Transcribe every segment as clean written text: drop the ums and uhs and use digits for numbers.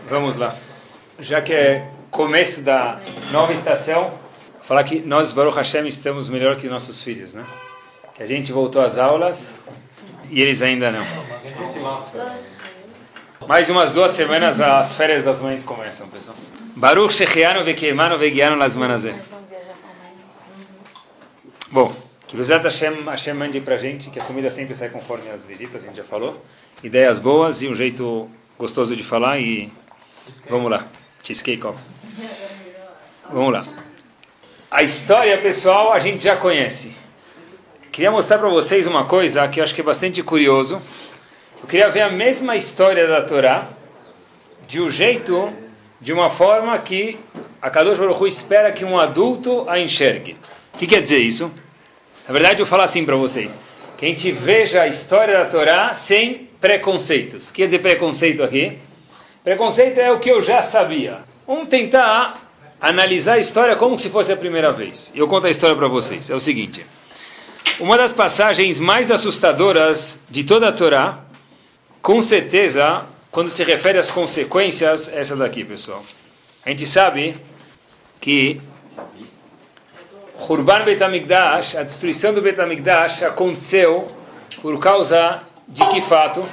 Vamos lá. Já que é começo da nova estação, falar que nós, Baruch Hashem, estamos melhor que nossos filhos, né? Que a gente voltou às aulas e eles ainda não. Mais umas 2 semanas as férias das mães começam, pessoal. Baruch Shechianu Vekeimanu Vegianu Lasmanazé. Bom, que Bezat Hashem mande pra gente que a comida sempre sai conforme as visitas, a gente já falou. Ideias boas e um jeito gostoso de falar e vamos lá. Cheesecake, ó. Vamos lá. A história, pessoal, a gente já conhece. Queria mostrar para vocês uma coisa que eu acho que é bastante curioso. Eu queria ver a mesma história da Torá de um jeito, de uma forma que a Kadosh Baruch Hu espera que um adulto a enxergue. O que quer dizer isso? Na verdade, eu vou falar assim para vocês. Que a gente veja a história da Torá sem preconceitos. O que quer dizer preconceito aqui? Preconceito é o que eu já sabia. Vamos tentar analisar a história como se fosse a primeira vez. Eu conto a história para vocês. É o seguinte. Uma das passagens mais assustadoras de toda a Torá, com certeza, quando se refere às consequências, é essa daqui, pessoal. A gente sabe que Hurban Beit HaMikdash, a destruição do Beit HaMikdash, aconteceu por causa de que fato?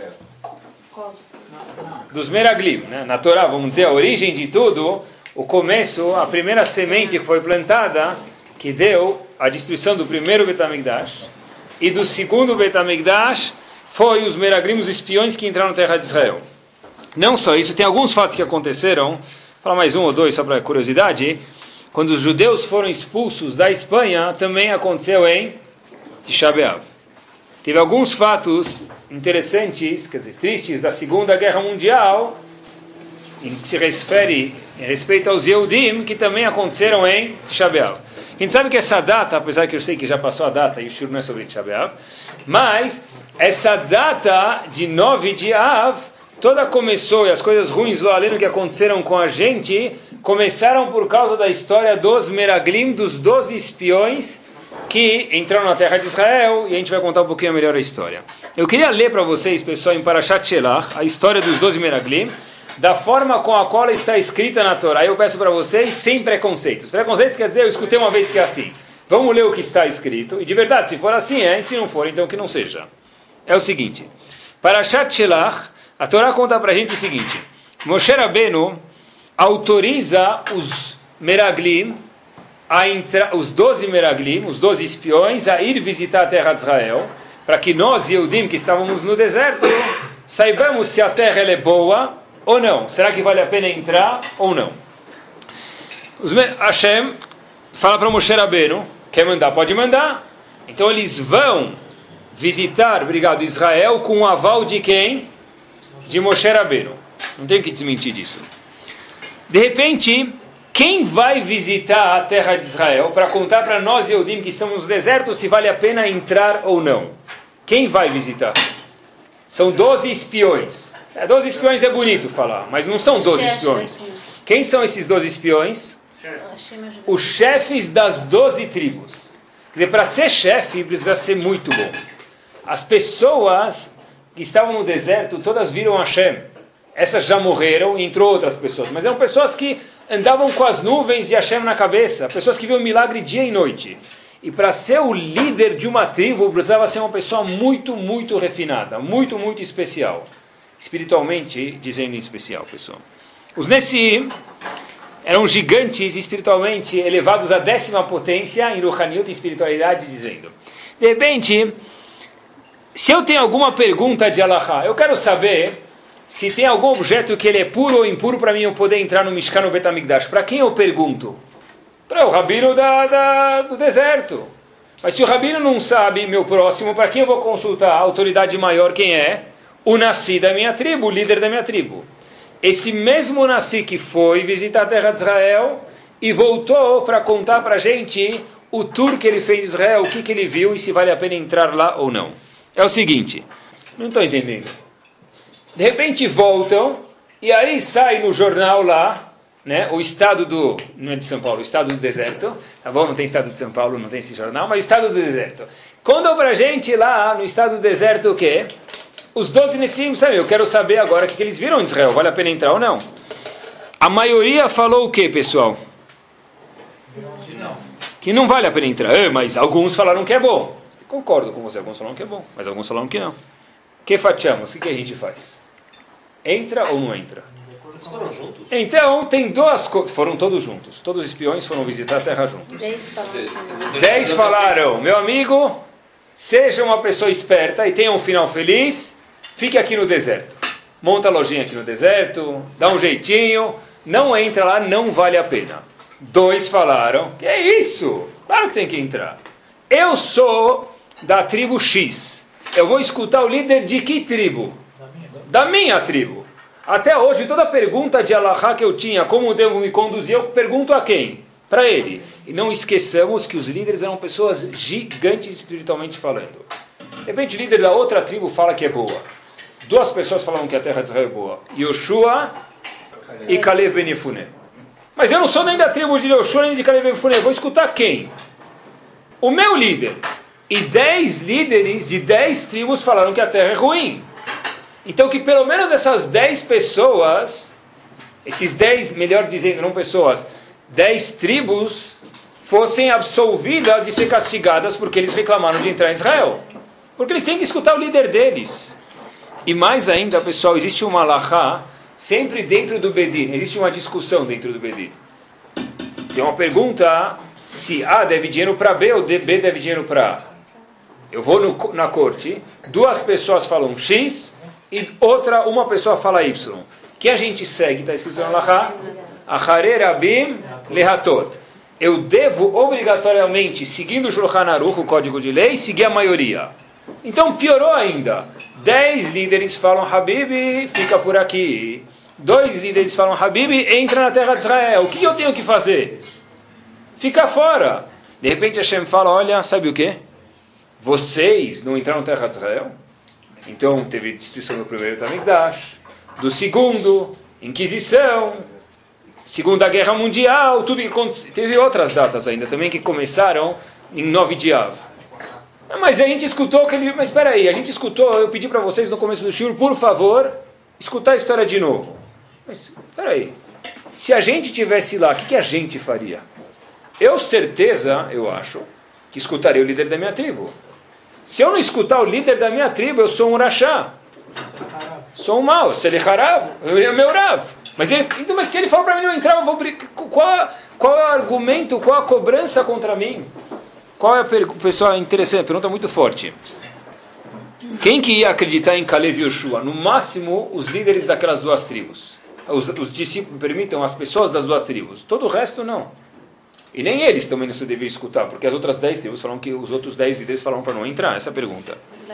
Dos Meraglim, né? Na Torá, vamos dizer, a origem de tudo, o começo, a primeira semente que foi plantada, que deu a destruição do primeiro Beit HaMikdash, e do segundo Beit HaMikdash, foi os Meraglim, os espiões que entraram na terra de Israel. Não só isso, tem alguns fatos que aconteceram, vou falar mais um ou dois só para curiosidade. Quando os judeus foram expulsos da Espanha, também aconteceu em Tisha B'Av. Teve alguns fatos interessantes, quer dizer, tristes, da Segunda Guerra Mundial, em que se refere em respeito aos Yehudim, que também aconteceram em Tisha B'Av. A gente sabe que essa data, apesar que eu sei que já passou a data, e o shur não é sobre Tisha B'Av, mas essa data de 9 de Av, toda começou, e as coisas ruins, lo além que aconteceram com a gente, começaram por causa da história dos Meraglim, dos 12 espiões que entraram na terra de Israel, e a gente vai contar um pouquinho melhor a história. Eu queria ler para vocês, pessoal, em Parashat Shelach, a história dos 12 Meraglim, da forma com a qual ela está escrita na Torá. Eu peço para vocês, sem preconceitos. Preconceitos quer dizer, eu escutei uma vez que é assim. Vamos ler o que está escrito, e de verdade, se for assim, é, e se não for, então que não seja. É o seguinte, Parashat Shelach, a Torá conta para a gente o seguinte, Moshe Rabbeinu autoriza os Meraglim, os 12 Meraglim, os 12 espiões, a ir visitar a terra de Israel, para que nós, Yehudim, que estávamos no deserto, saibamos se a terra é boa ou não. Será que vale a pena entrar ou não? Hashem fala para Moshe Rabbeinu, quer mandar, pode mandar. Então eles vão visitar, obrigado, Israel, com o aval de quem? De Moshe Rabbeinu. Não tem que desmentir disso. De repente, quem vai visitar a terra de Israel para contar para nós, Yehudim, que estamos no deserto, se vale a pena entrar ou não? Quem vai visitar? São 12 espiões. 12 espiões é bonito falar, mas não são 12 espiões. Quem são esses 12 espiões? Os chefes das 12 tribos. Quer dizer, para ser chefe, precisa ser muito bom. As pessoas que estavam no deserto, todas viram Hashem. Essas já morreram e entrou outras pessoas. Mas eram pessoas que andavam com as nuvens de Hashem na cabeça. Pessoas que viam milagre dia e noite. E para ser o líder de uma tribo, precisava ser uma pessoa muito, muito refinada. Muito, muito especial. Espiritualmente, dizendo em especial, pessoal. Os Nessim eram gigantes espiritualmente elevados à 10ª potência em Ruhaniut, em espiritualidade, dizendo. De repente, se eu tenho alguma pergunta de Halachá, eu quero saber se tem algum objeto que ele é puro ou impuro para mim eu poder entrar no Mishkan, no Beit HaMikdash. Para quem eu pergunto? Para o rabino do deserto. Mas se o rabino não sabe, meu próximo, para quem eu vou consultar? A autoridade maior, quem é? O Nassi da minha tribo, o líder da minha tribo. Esse mesmo Nassi que foi visitar a terra de Israel e voltou para contar para a gente o tour que ele fez em Israel, o que ele viu e se vale a pena entrar lá ou não. É o seguinte, não estou entendendo. De repente voltam, e aí sai no jornal lá, né, o estado do, não é de São Paulo, o estado do deserto, tá bom? Não tem estado de São Paulo, não tem esse jornal, mas o estado do deserto. Contam pra gente lá, no estado do deserto, o quê? os 12 Nessim, sabe? Eu quero saber agora o que eles viram em Israel. Vale a pena entrar ou não? A maioria falou o que, pessoal? Que não vale a pena entrar. Mas alguns falaram que é bom. Concordo com você. Alguns falaram que é bom. Mas alguns falaram que não. Que fatiamos? O que a gente faz? Entra ou não entra? Eles foram juntos? Então, tem duas coisas. Foram todos juntos. Todos os espiões foram visitar a terra juntos. 10 falaram, meu amigo, seja uma pessoa esperta e tenha um final feliz, fique aqui no deserto. Monta a lojinha aqui no deserto, dá um jeitinho, não entra lá, não vale a pena. 2 falaram, que é isso? Claro que tem que entrar. Eu sou da tribo X. Eu vou escutar o líder de que tribo? Da minha tribo. Até hoje, toda pergunta de Allahá que eu tinha, como devo me conduzir, eu pergunto a quem? Para ele. E não esqueçamos que os líderes eram pessoas gigantes espiritualmente falando. De repente, o líder da outra tribo fala que é boa. 2 pessoas falaram que a terra de Israel é boa. Yoshua e Caleb ben Yefuneh. Mas eu não sou nem da tribo de Yoshua nem de Caleb ben Yefuneh. Vou escutar quem? O meu líder. E 10 líderes de 10 tribos falaram que a terra é ruim. Então que pelo menos essas 10 pessoas, esses 10, melhor dizendo, não pessoas, 10 tribos, fossem absolvidas de ser castigadas porque eles reclamaram de entrar em Israel. Porque eles têm que escutar o líder deles. E mais ainda, pessoal, existe uma alahá, sempre dentro do Bedin, existe uma discussão dentro do Bedin. Tem uma pergunta, se A deve dinheiro para B ou B deve dinheiro para A. Eu vou na corte, 2 pessoas falam X, e uma pessoa fala Y. Que a gente segue, está escrito na Alahá, Acharei Rabim Lehatot. Eu devo obrigatoriamente, seguindo o Shulchan Aruch, o código de lei, seguir a maioria. Então piorou ainda. 10 líderes falam Habib, fica por aqui. 2 líderes falam Habib, entra na terra de Israel. O que eu tenho que fazer? Fica fora. De repente Hashem fala, olha, sabe o que? Vocês não entraram na terra de Israel? Então teve destruição do primeiro Tamigdash, do segundo, Inquisição, Segunda Guerra Mundial, tudo que aconteceu. Teve outras datas ainda também que começaram em 9 de Av. Mas a gente escutou aquele... Mas espera aí, a gente escutou, eu pedi para vocês no começo do shiur, por favor, escutar a história de novo. Mas espera aí, se a gente tivesse lá, o que a gente faria? Eu acho, que escutaria o líder da minha tribo. Se eu não escutar o líder da minha tribo, eu sou um rachá. Sou um mau. Se ele harav, eu é meu rav. Mas se ele falou para mim não entrar, eu vou qual é o argumento, qual a cobrança contra mim? Qual é a pessoal interessante, pergunta muito forte. Quem que ia acreditar em Caleb e Yoshua? No máximo, os líderes daquelas 2 tribos. Os discípulos, permitam, as pessoas das 2 tribos. Todo o resto, não. E nem eles também não se deviam escutar, porque as outras 10 tribos falaram que os outros 10 líderes falaram para não entrar. Essa é a pergunta.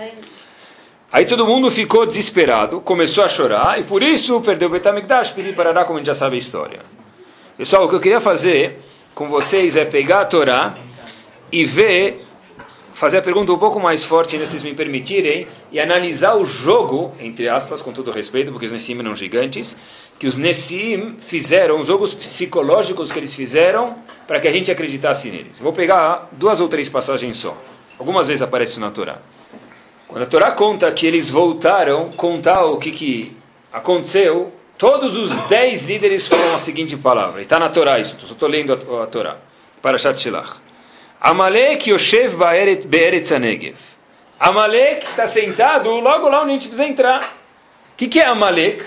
Aí todo mundo ficou desesperado, começou a chorar, e por isso perdeu o Beit HaMikdash, pedi para Ará, como a gente já sabe a história. Pessoal, o que eu queria fazer com vocês é pegar a Torá e fazer a pergunta um pouco mais forte, se vocês me permitirem, e analisar o jogo, entre aspas, com todo respeito, porque os Nessim eram gigantes, que os Nessim fizeram, os jogos psicológicos que eles fizeram, para que a gente acreditasse neles. Vou pegar 2 ou 3 passagens só. Algumas vezes aparece isso na Torá. Quando a Torá conta que eles voltaram contar o que aconteceu, todos os 10 líderes falam a seguinte palavra. E está na Torá isso, só estou lendo a Torá. Parashat Shelach. Amalek Yoshev Be'eretz HaNegev. Amalek está sentado logo lá onde a gente precisa entrar. O que é Amalek?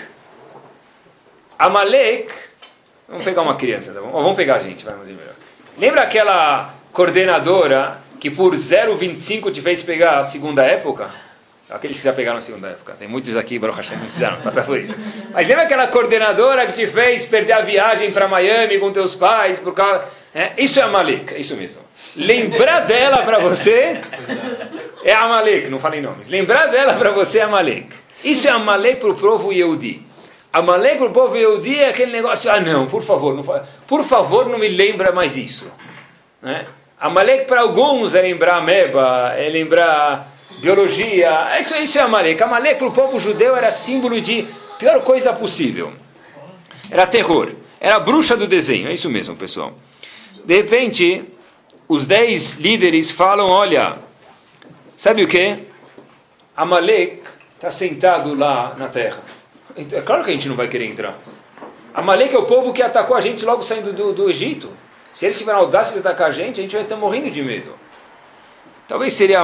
Amalek... Vamos pegar uma criança, tá bom? Vamos pegar a gente, vamos melhor. Lembra aquela coordenadora que por 0,25 te fez pegar a segunda época? Aqueles que já pegaram a segunda época. Tem muitos aqui, Baruch Hashem, não precisaram passar por isso. Mas lembra aquela coordenadora que te fez perder a viagem para Miami com teus pais? Por causa... Isso é Amalek, é isso mesmo. Lembrar dela para você é Amalek, não falei nomes. Lembrar dela para você é Amalek. Isso é Amalek para o povo Yehudi. Amalek para o povo Yehudi é aquele negócio, não, por favor, não me lembra mais isso. Amalek para alguns é lembrar ameba, é lembrar biologia, isso é Amalek. Amalek para o povo judeu era símbolo de pior coisa possível. Era terror, era a bruxa do desenho, é isso mesmo, pessoal. De repente, os 10 líderes falam, olha, sabe o que? Amalek está sentado lá na terra. É claro que a gente não vai querer entrar. Amalek é o povo que atacou a gente logo saindo do Egito. Se eles tiverem a audácia de atacar a gente vai estar morrendo de medo. Talvez seria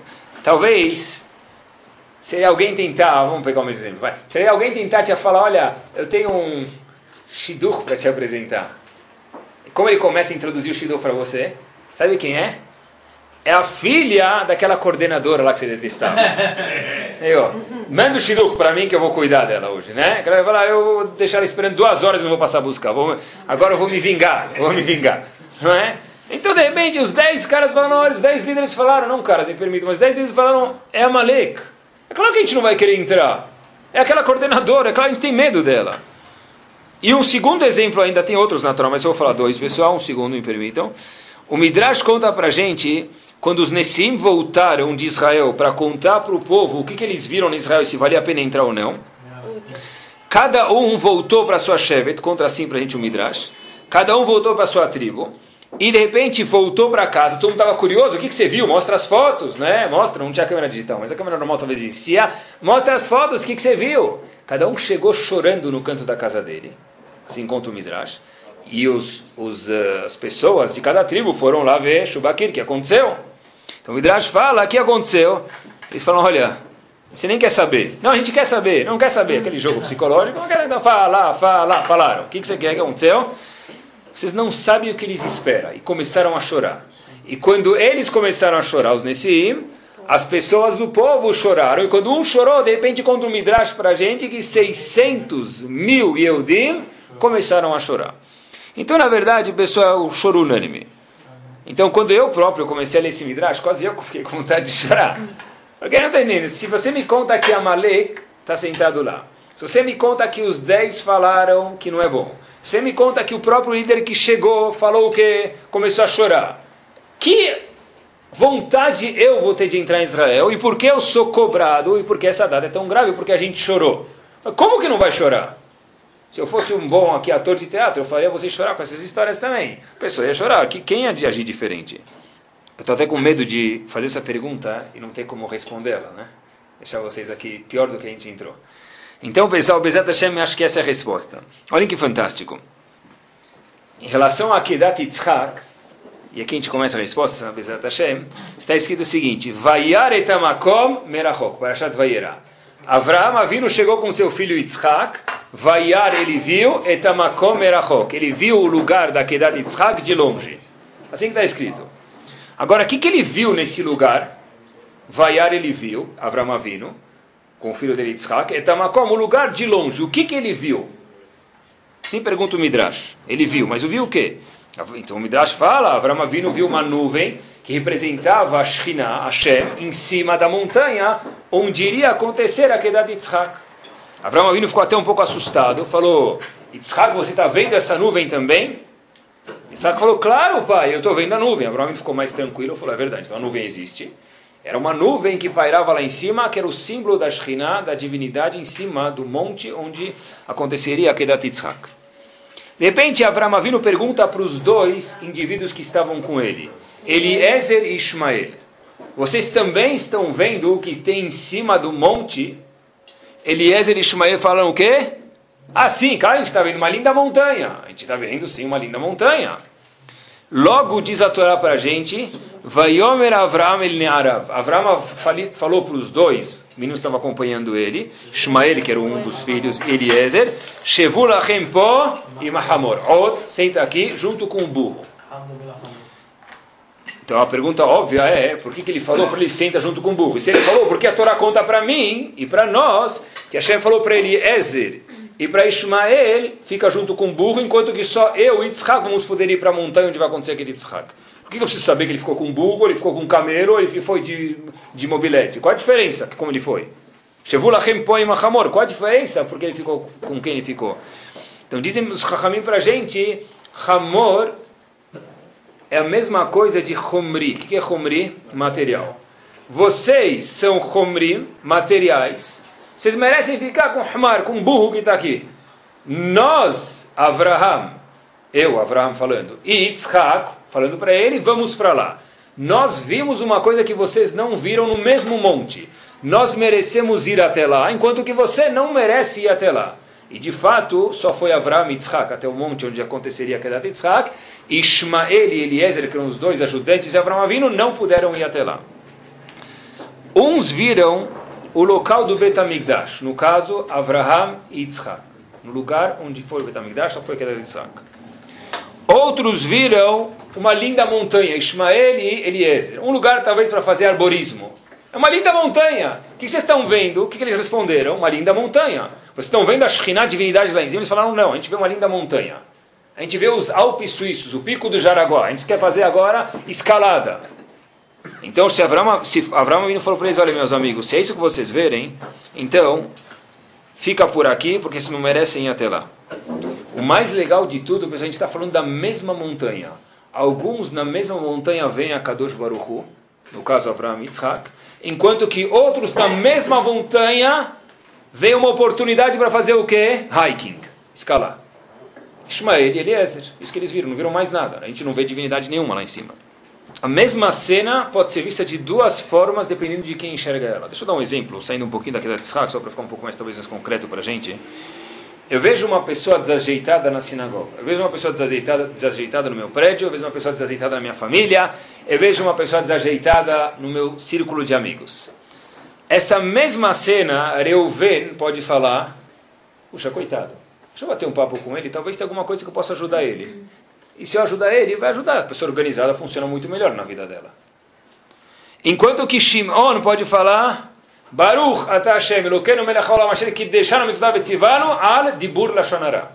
alguém tentar, vamos pegar um exemplo, vai. Seria alguém tentar te falar, olha, eu tenho um shidduch para te apresentar. E como ele começa a introduzir o shidduch para você? Sabe quem é? É a filha daquela coordenadora lá que você detestava. Manda o shidduch para mim que eu vou cuidar dela hoje, né? Ela vai falar, eu vou deixar ela esperando 2 horas e não vou passar a buscar. Agora eu vou me vingar, não é? Então, de repente, os 10 caras falaram, os 10 líderes falaram, não, caras, me permitam, mas 10 líderes falaram, é Amalek. É claro que a gente não vai querer entrar. É aquela coordenadora, é claro que a gente tem medo dela. E um segundo exemplo, ainda tem outros na Torá, mas eu vou falar 2, pessoal, um segundo, me permitam. O Midrash conta pra gente, quando os Nessim voltaram de Israel para contar para o povo o que eles viram em Israel, se valia a pena entrar ou não. Cada um voltou para sua Shevet, conta assim pra gente o Midrash. Cada um voltou para sua tribo. E de repente voltou para casa, todo mundo estava curioso, o que você viu? Mostra as fotos, né? Mostra, não tinha câmera digital, mas a câmera normal talvez existia. Mostra as fotos, o que você viu? Cada um chegou chorando no canto da casa dele, assim conta o Midrash. E as pessoas de cada tribo foram lá ver Shubakir, o que aconteceu? Então o Midrash fala, o que aconteceu? Eles falam, olha, você nem quer saber. Não, a gente quer saber, não quer saber. Aquele jogo psicológico, não quer, então falaram. O que você quer que aconteceu? Vocês não sabem o que eles esperam. E começaram a chorar. E quando eles começaram a chorar, os Nessim, as pessoas do povo choraram. E quando um chorou, de repente conta um Midrash para a gente que 600 mil Yehudim começaram a chorar. Então, na verdade, o pessoal chorou unânime. Então, quando eu próprio comecei a ler esse Midrash, quase eu fiquei com vontade de chorar. Porque não está entendendo. Se você me conta que Amalek está sentado lá. Se você me conta que os 10 falaram que não é bom. Você me conta que o próprio líder que chegou falou o quê? Começou a chorar. Que vontade eu vou ter de entrar em Israel? E por que eu sou cobrado? E por que essa data é tão grave? Porque a gente chorou. Como que não vai chorar? Se eu fosse um bom aqui ator de teatro, eu faria você chorar com essas histórias também. A pessoa ia chorar. Quem ia agir diferente? Eu estou até com medo de fazer essa pergunta e não ter como respondê-la, né? Deixar vocês aqui pior do que a gente entrou. Então, pessoal, Bezat Hashem, acho que essa é a resposta. Olhem que fantástico. Em relação a Akedat Yitzhak, e aqui a gente começa a resposta, Bezat Hashem, está escrito o seguinte, Vayar etamakom merachok, Parashat Vayera. Avraham Avinu chegou com seu filho Yitzhak, Vayar ele viu, etamakom merachok. Ele viu o lugar da Akedat Yitzhak de longe. Assim que está escrito. Agora, o que ele viu nesse lugar? Vayar ele viu, Avraham Avinu, com o filho dele Yitzhak, etamakom, o lugar de longe. O que ele viu? Sim, pergunta o Midrash. Ele viu, mas viu o quê? Então o Midrash fala, Avraham Avinu viu uma nuvem que representava a Shekhinah, Hashem, em cima da montanha, onde iria acontecer a queda de Yitzhak. Avraham Avinu ficou até um pouco assustado, falou, Yitzhak, você está vendo essa nuvem também? Yitzhak falou, claro pai, eu estou vendo a nuvem. Avraham Avinu ficou mais tranquilo, falou, é verdade, então a nuvem existe. Era uma nuvem que pairava lá em cima, que era o símbolo da Shekhinah, da divindade, em cima do monte onde aconteceria a queda de Yitzhak. De repente, Avraham Avinu pergunta para os 2 indivíduos que estavam com ele, Eliezer e Ishmael, vocês também estão vendo o que tem em cima do monte? Eliezer e Ishmael falam o quê? Ah, sim, claro, a gente está vendo uma linda montanha. A gente está vendo, sim, uma linda montanha. Logo diz a Torá para a gente, Vayomer Avraham el Ne'arav. Avraham falou para os 2, meninos estavam acompanhando ele, Ishmael, que era um dos filhos, Eliezer, Shevu lachem po e Mahamor. Od, senta aqui, junto com o burro. Então a pergunta óbvia é, por que ele falou para ele senta junto com o burro? E se ele falou, porque a Torá conta para mim e para nós, que Hashem falou para Eliezer e para Ishmael, fica junto com o burro, enquanto que só eu e Yitzhak vamos poder ir para a montanha onde vai acontecer aquele Yitzhak. Por que eu preciso saber que ele ficou com um burro, ele ficou com um camelo, ele foi de mobilete? Qual a diferença? Como ele foi? Shevu lachem po e Mahamor. Qual a diferença? Porque ele ficou com quem ele ficou? Então dizem os Chachamim para a gente, Hamor é a mesma coisa de Chomri. O que é Chomri? Material. Vocês são Chomri, materiais. Vocês merecem ficar com Hamar, com o burro que está aqui. Nós, Avraham, eu, Avraham falando, e Yitzhak, falando para ele, vamos para lá. nós vimos uma coisa que vocês não viram no mesmo monte. Nós merecemos ir até lá, enquanto que você não merece ir até lá. E de fato, só foi Avraham e Yitzhak até o monte onde aconteceria a queda de Yitzhak. Ishmael e Eliezer, que eram os dois ajudantes de Avraham Avinu, não puderam ir até lá. Uns viram o local do Bet HaMikdash, no caso, Avraham e Yitzhak. No lugar onde foi o Bet HaMikdash, só foi a queda de Yitzhak. Outros viram uma linda montanha, Ishmael e Eliezer. Um lugar talvez para fazer arborismo. É uma linda montanha. O que vocês estão vendo? O que eles responderam? Uma linda montanha. Vocês estão vendo a Shekhinah, divindade lá em cima? Eles falaram, não, a gente vê uma linda montanha. A gente vê os Alpes suíços, o Pico do Jaraguá. A gente quer fazer agora escalada. Então, se Avraham Avinu falou para eles, olha meus amigos, se é isso que vocês verem, então, fica por aqui, porque vocês não merecem ir até lá. O mais legal de tudo, pessoal, a gente está falando da mesma montanha. Alguns na mesma montanha veem a Kadosh Baruch Hu, no caso Avraham e Yitzhak, enquanto que outros na mesma montanha veem uma oportunidade para fazer o quê? Hiking, escalar. Ishmael e Eliezer, isso que eles viram, não viram mais nada. A gente não vê divindade nenhuma lá em cima. A mesma cena pode ser vista de duas formas, dependendo de quem enxerga ela. Deixa eu dar um exemplo, saindo um pouquinho daquela de Yitzhak, só para ficar um pouco mais, talvez, mais concreto para a gente. Eu vejo uma pessoa desajeitada na sinagoga. Eu vejo uma pessoa desajeitada no meu prédio. Eu vejo uma pessoa desajeitada na minha família. Eu vejo uma pessoa desajeitada no meu círculo de amigos. Essa mesma cena, Reuven pode falar, puxa, coitado, deixa eu bater um papo com ele, talvez tenha alguma coisa que eu possa ajudar ele. E se eu ajudar ele, vai ajudar. A pessoa organizada funciona muito melhor na vida dela. Enquanto que Shimon pode falar, Baruch ata Hashem Elokeinu melech haolam asher kideshanu mitzvotav vetzivanu al dibur lashon hara.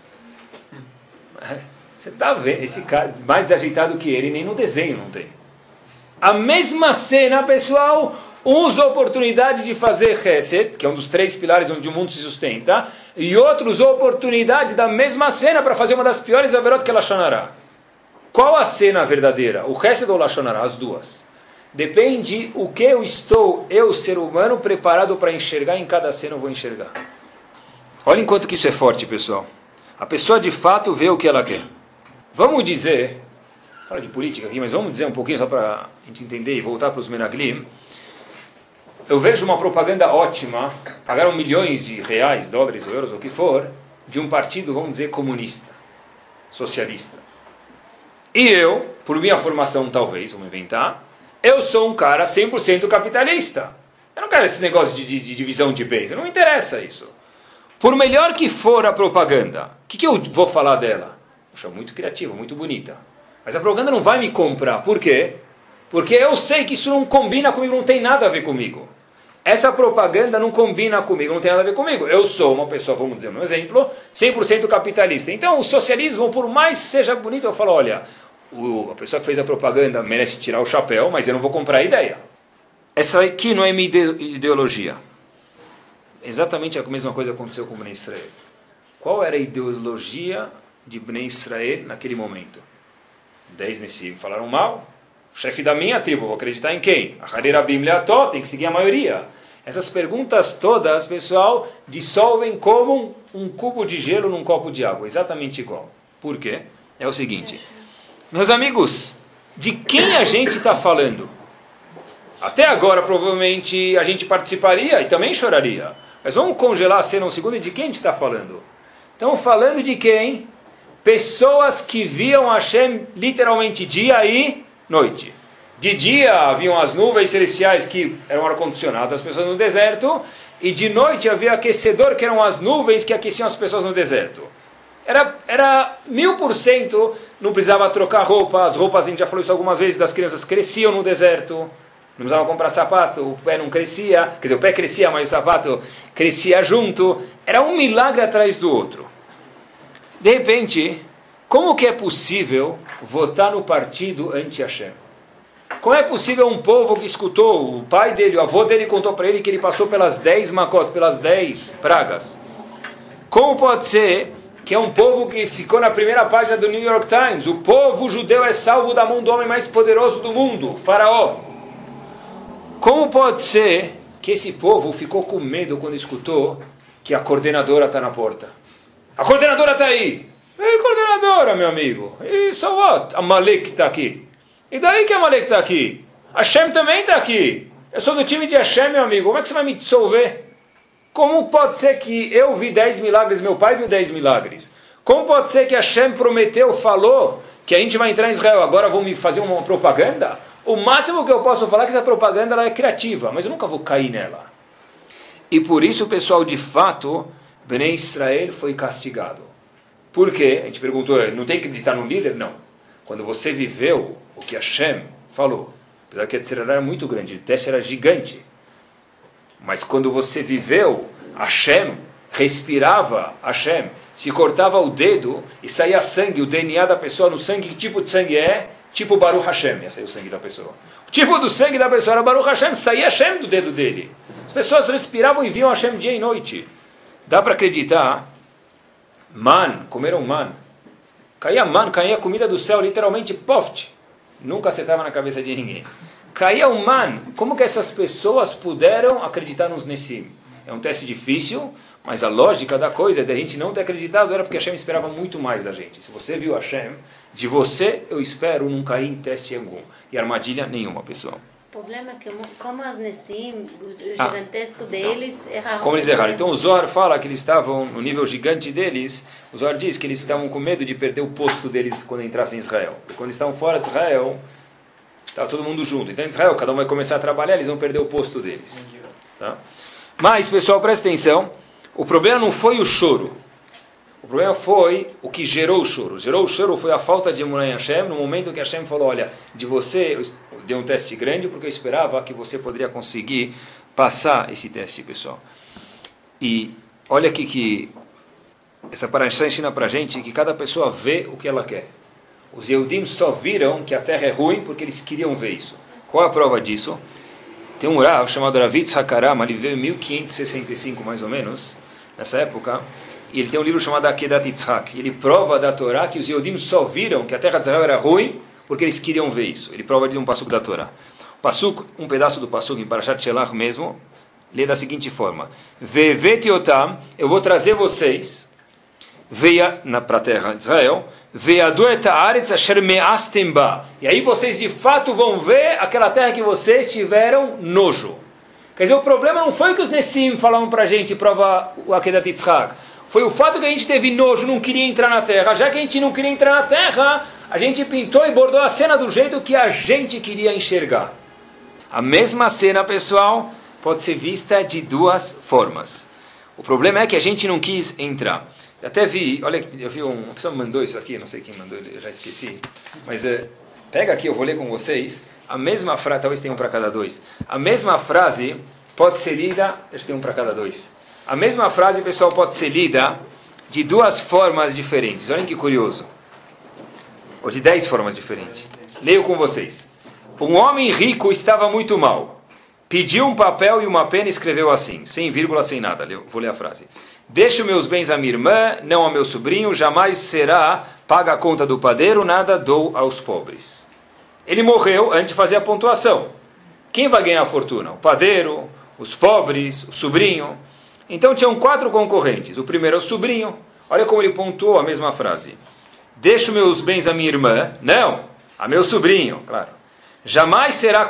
Você está vendo? Esse cara, mais desajeitado que ele, nem no desenho não tem. A mesma cena, pessoal, uns a oportunidade de fazer Chesed, que é um dos 3 pilares onde o mundo se sustenta, e outros a oportunidade da mesma cena para fazer uma das piores averot que é Lashon hara. Qual a cena verdadeira? O Chesed ou Lashon hara? As duas. Depende o que eu, ser humano, preparado para enxergar em cada cena eu vou enxergar. Olha enquanto que isso é forte, pessoal. A pessoa de fato vê o que ela quer. Vamos dizer, fala de política aqui, mas vamos dizer um pouquinho só para a gente entender e voltar para os Menaglim. Eu vejo uma propaganda ótima, pagaram milhões de reais, dólares ou euros, ou o que for, de um partido, vamos dizer, comunista, socialista. E eu, por minha formação talvez, vamos inventar, eu sou um cara 100% capitalista. Eu não quero esse negócio de divisão de bens, não me interessa isso. Por melhor que for a propaganda, o que eu vou falar dela? Poxa, muito criativa, muito bonita. Mas a propaganda não vai me comprar. Por quê? Porque eu sei que isso não combina comigo, não tem nada a ver comigo. Essa propaganda não combina comigo, não tem nada a ver comigo. Eu sou uma pessoa, vamos dizer um exemplo, 100% capitalista. Então o socialismo, por mais seja bonito, eu falo, olha, a pessoa que fez a propaganda merece tirar o chapéu, mas eu não vou comprar a ideia. Essa aqui não é minha ideologia. Exatamente a mesma coisa aconteceu com o Bnei Israel. Qual era a ideologia de Bnei Israel naquele momento? 10 Nessim falaram mal. O chefe da minha tribo, vou acreditar em quem? A Harira Bíblia tem que seguir a maioria. Essas perguntas todas, pessoal, dissolvem como um cubo de gelo num copo de água. Exatamente igual. Por quê? É o seguinte. Meus amigos, de quem a gente está falando? Até agora, provavelmente, a gente participaria e também choraria. Mas vamos congelar a cena um segundo e de quem a gente está falando? Estamos falando de quem? Pessoas que viam Hashem literalmente dia e noite. De dia haviam as nuvens celestiais que eram ar-condicionado as pessoas no deserto, e de noite havia aquecedor, que eram as nuvens que aqueciam as pessoas no deserto. Era 1000%, não precisava trocar roupa, as roupas, a gente já falou isso algumas vezes, das crianças cresciam no deserto, não precisava comprar sapato, o pé não crescia, quer dizer, o pé crescia, mas o sapato crescia junto, era um milagre atrás do outro. De repente, como que é possível votar no partido anti-Hashem? Como é possível um povo que escutou, o pai dele, o avô dele contou para ele que ele passou pelas 10 makot, pelas 10 pragas? Como pode ser que é um povo que ficou na primeira página do New York Times? O povo judeu é salvo da mão do homem mais poderoso do mundo, Faraó. Como pode ser que esse povo ficou com medo quando escutou que a coordenadora está na porta? A coordenadora está aí. Ei, coordenadora, meu amigo. E so what? A Malek está aqui. E daí que Amalek está aqui? Hashem também está aqui. Eu sou do time de Hashem, meu amigo. Como é que você vai me dissolver? Como pode ser que eu vi 10 milagres, meu pai viu 10 milagres? Como pode ser que Hashem prometeu, falou que a gente vai entrar em Israel, agora vão me fazer uma propaganda? O máximo que eu posso falar é que essa propaganda ela é criativa, mas eu nunca vou cair nela. E por isso, pessoal, de fato, Bnei Israel foi castigado. Por quê? A gente perguntou, não tem que acreditar no líder? Não. Quando você viveu o que Hashem falou, apesar que a tzerará era muito grande, o teste era gigante, mas quando você viveu Hashem, respirava Hashem, se cortava o dedo e saía sangue, o DNA da pessoa no sangue, que tipo de sangue é? Tipo Baruch Hashem, ia sair o sangue da pessoa. O tipo do sangue da pessoa era Baruch Hashem, saía Hashem do dedo dele. As pessoas respiravam e viam Hashem dia e noite. Dá para acreditar? Comeram man. Caía comida do céu, literalmente, poft. Nunca acertava na cabeça de ninguém. Caía um man. Como que essas pessoas puderam acreditar nos Nessim? É um teste difícil, mas a lógica da coisa de a gente não ter acreditado era porque Hashem esperava muito mais da gente. Se você viu Hashem, de você eu espero não cair em teste algum. E armadilha nenhuma, pessoal. O problema é que como as Nessim, o gigantesco deles, erraram. Como eles erraram? Então o Zohar fala que eles estavam no nível gigante deles. O Zohar diz que eles estavam com medo de perder o posto deles quando entrassem em Israel. E quando estavam fora de Israel, estava todo mundo junto. Então em Israel, cada um vai começar a trabalhar, eles vão perder o posto deles. Tá? Mas, pessoal, presta atenção. O problema não foi o choro. O problema foi o que gerou o choro. Gerou o choro foi a falta de emuná em Hashem, no momento que Hashem falou, olha, de você eu dei um teste grande, porque eu esperava que você poderia conseguir passar esse teste, pessoal. E olha aqui que essa paraxá ensina pra gente que cada pessoa vê o que ela quer. Os Yehudim só viram que a terra é ruim porque eles queriam ver isso. Qual é a prova disso? Tem um Rav chamado Rav Yitzhak Haram, ele veio em 1565 mais ou menos, nessa época, e ele tem um livro chamado Akedat Yitzhak. Ele prova da Torá que os Yehudim só viram que a terra de Israel era ruim porque eles queriam ver isso. Ele prova de um passuco da Torá. Um pedaço do passuco em Parashat Shelach mesmo, lê da seguinte forma: Vevet yotam, eu vou trazer vocês para a terra de Israel, ve'adu et haaretz asher me'astem ba. E aí vocês de fato vão ver aquela terra que vocês tiveram nojo. Quer dizer, o problema não foi que os Nessim falavam para a gente, prova o Akedat Yitzhak. Foi o fato que a gente teve nojo, não queria entrar na terra. Já que a gente não queria entrar na terra, a gente pintou e bordou a cena do jeito que a gente queria enxergar. A mesma cena, pessoal, pode ser vista de duas formas. O problema é que a gente não quis entrar. Eu até vi, olha, eu vi uma pessoa me mandou isso aqui, não sei quem mandou, eu já esqueci. Mas pega aqui, eu vou ler com vocês. A mesma frase, talvez tenha um para cada dois. A mesma frase pode ser lida, deixa eu ter um para cada dois. A mesma frase, pessoal, pode ser lida de duas formas diferentes. Olhem que curioso. Ou de 10 formas diferentes. Leio com vocês. Um homem rico estava muito mal. Pediu um papel e uma pena e escreveu assim, sem vírgula, sem nada. Vou ler a frase. Deixo meus bens à minha irmã, não ao meu sobrinho, jamais será paga a conta do padeiro, nada dou aos pobres. Ele morreu antes de fazer a pontuação. Quem vai ganhar a fortuna? O padeiro, os pobres, o sobrinho. Então tinham 4 concorrentes. O primeiro é o sobrinho. Olha como ele pontuou a mesma frase. Deixo meus bens à minha irmã, não, a meu sobrinho, claro. Jamais será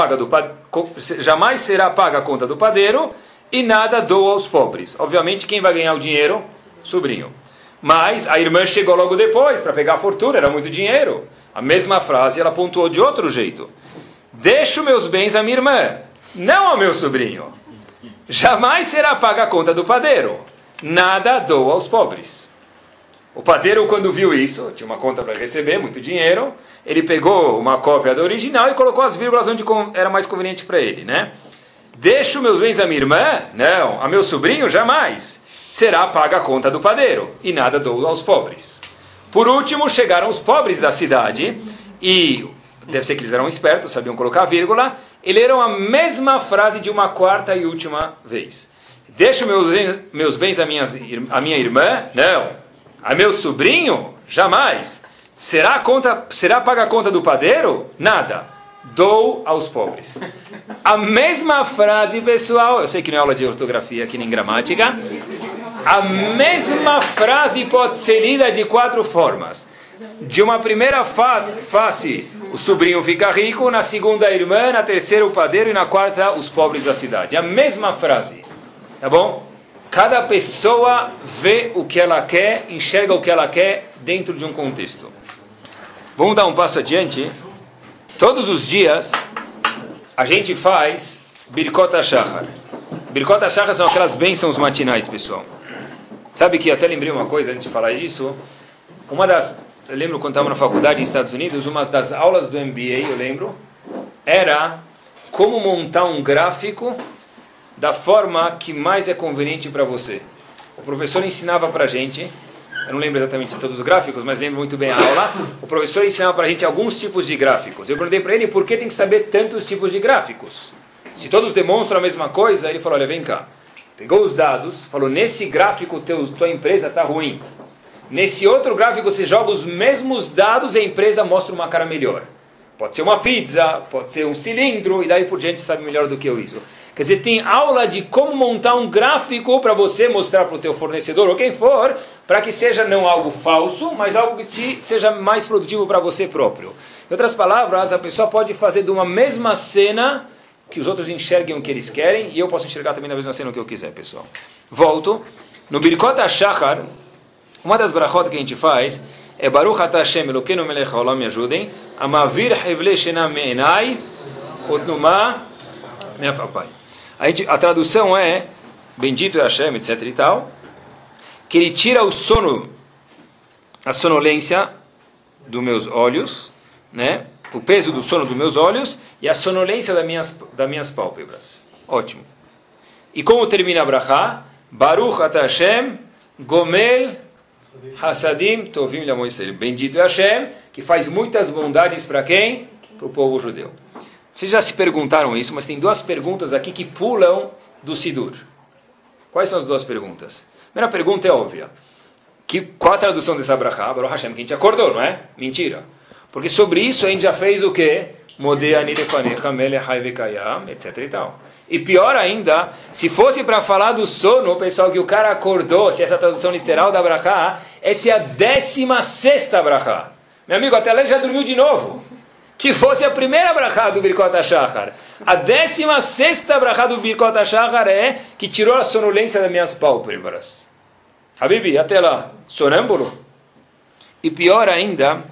paga a conta do padeiro e nada dou aos pobres. Obviamente, quem vai ganhar o dinheiro? O sobrinho. Mas a irmã chegou logo depois para pegar a fortuna, era muito dinheiro. A mesma frase ela pontuou de outro jeito. Deixo meus bens à minha irmã, não ao meu sobrinho. Jamais será paga a conta do padeiro. Nada dou aos pobres. O padeiro, quando viu isso, tinha uma conta para receber, muito dinheiro, ele pegou uma cópia da original e colocou as vírgulas onde era mais conveniente para ele, né? Deixo meus bens à minha irmã? Não. A meu sobrinho? Jamais. Será paga a conta do padeiro. E nada dou aos pobres. Por último, chegaram os pobres da cidade e, deve ser que eles eram espertos, sabiam colocar vírgula, e leram a mesma frase de uma quarta e última vez. Deixo meus bens à minha irmã? Não. A meu sobrinho? Jamais. Será paga a conta do padeiro? Nada. Dou aos pobres. A mesma frase, pessoal, eu sei que não é aula de ortografia aqui nem gramática, a mesma frase pode ser lida de 4 formas. de uma primeira face, o sobrinho fica rico, na segunda a irmã, na terceira o padeiro e na quarta os pobres da cidade. A mesma frase, tá bom? Cada pessoa vê o que ela quer, enxerga o que ela quer dentro de um contexto. Vamos dar um passo adiante. Todos os dias a gente faz Birkot HaShachar. Birkot HaShachar são aquelas bênçãos matinais, pessoal. Sabe que até lembrei uma coisa antes de falar disso. Eu lembro quando estava na faculdade nos Estados Unidos, uma das aulas do MBA, eu lembro, era como montar um gráfico da forma que mais é conveniente para você. O professor ensinava para a gente, eu não lembro exatamente de todos os gráficos, mas lembro muito bem a aula, o professor ensinava para a gente alguns tipos de gráficos. Eu perguntei para ele por que tem que saber tantos tipos de gráficos. Se todos demonstram a mesma coisa, ele falou, olha, vem cá. Pegou os dados, falou, nesse gráfico tua empresa está ruim. Nesse outro gráfico você joga os mesmos dados e a empresa mostra uma cara melhor. Pode ser uma pizza, pode ser um cilindro, e daí por diante sabe melhor do que eu isso. Quer dizer, tem aula de como montar um gráfico para você mostrar para o teu fornecedor ou quem for, para que seja não algo falso, mas algo que seja mais produtivo para você próprio. Em outras palavras, a pessoa pode fazer de uma mesma cena que os outros enxerguem o que eles querem, e eu posso enxergar também na mesma cena o que eu quiser, pessoal. Volto. No Birkot HaShachar, uma das brachot que a gente faz é Baruch Ata Hashem Elokeinu Melech Haolam, me ajudem, Amavir Hevle Shena Me'enai Otnuma Me'afapai. A tradução é bendito é Hashem, etc e tal, que ele tira o sono, a sonolência dos meus olhos, né? O peso do sono dos meus olhos e a sonolência das minhas pálpebras. Ótimo. E como termina a brachá? Baruch Ata Hashem Gomel Hasadim Tovim Lamoisrael. Bendito é Hashem, que faz muitas bondades para quem? Para o povo judeu. Vocês já se perguntaram isso, mas tem duas perguntas aqui que pulam do Sidur. Quais são as duas perguntas? A primeira pergunta é óbvia. Qual a tradução dessa brachá? Baruch Hashem, que a gente acordou, não é? Mentira. Porque sobre isso a gente já fez o quê? Modeh lefanecha melech hai vekayam, etc e tal. E pior ainda, se fosse para falar do sono, pessoal, que o cara acordou, se essa tradução literal da brachá, essa é a 16ª brachá. Meu amigo, até lá ele já dormiu de novo. Que fosse a primeira brachá do Birkot HaShachar. A 16ª brachá do Birkot HaShachar é que tirou a sonolência das minhas pálpebras. Habibi, até lá, sonâmbulo. E pior ainda,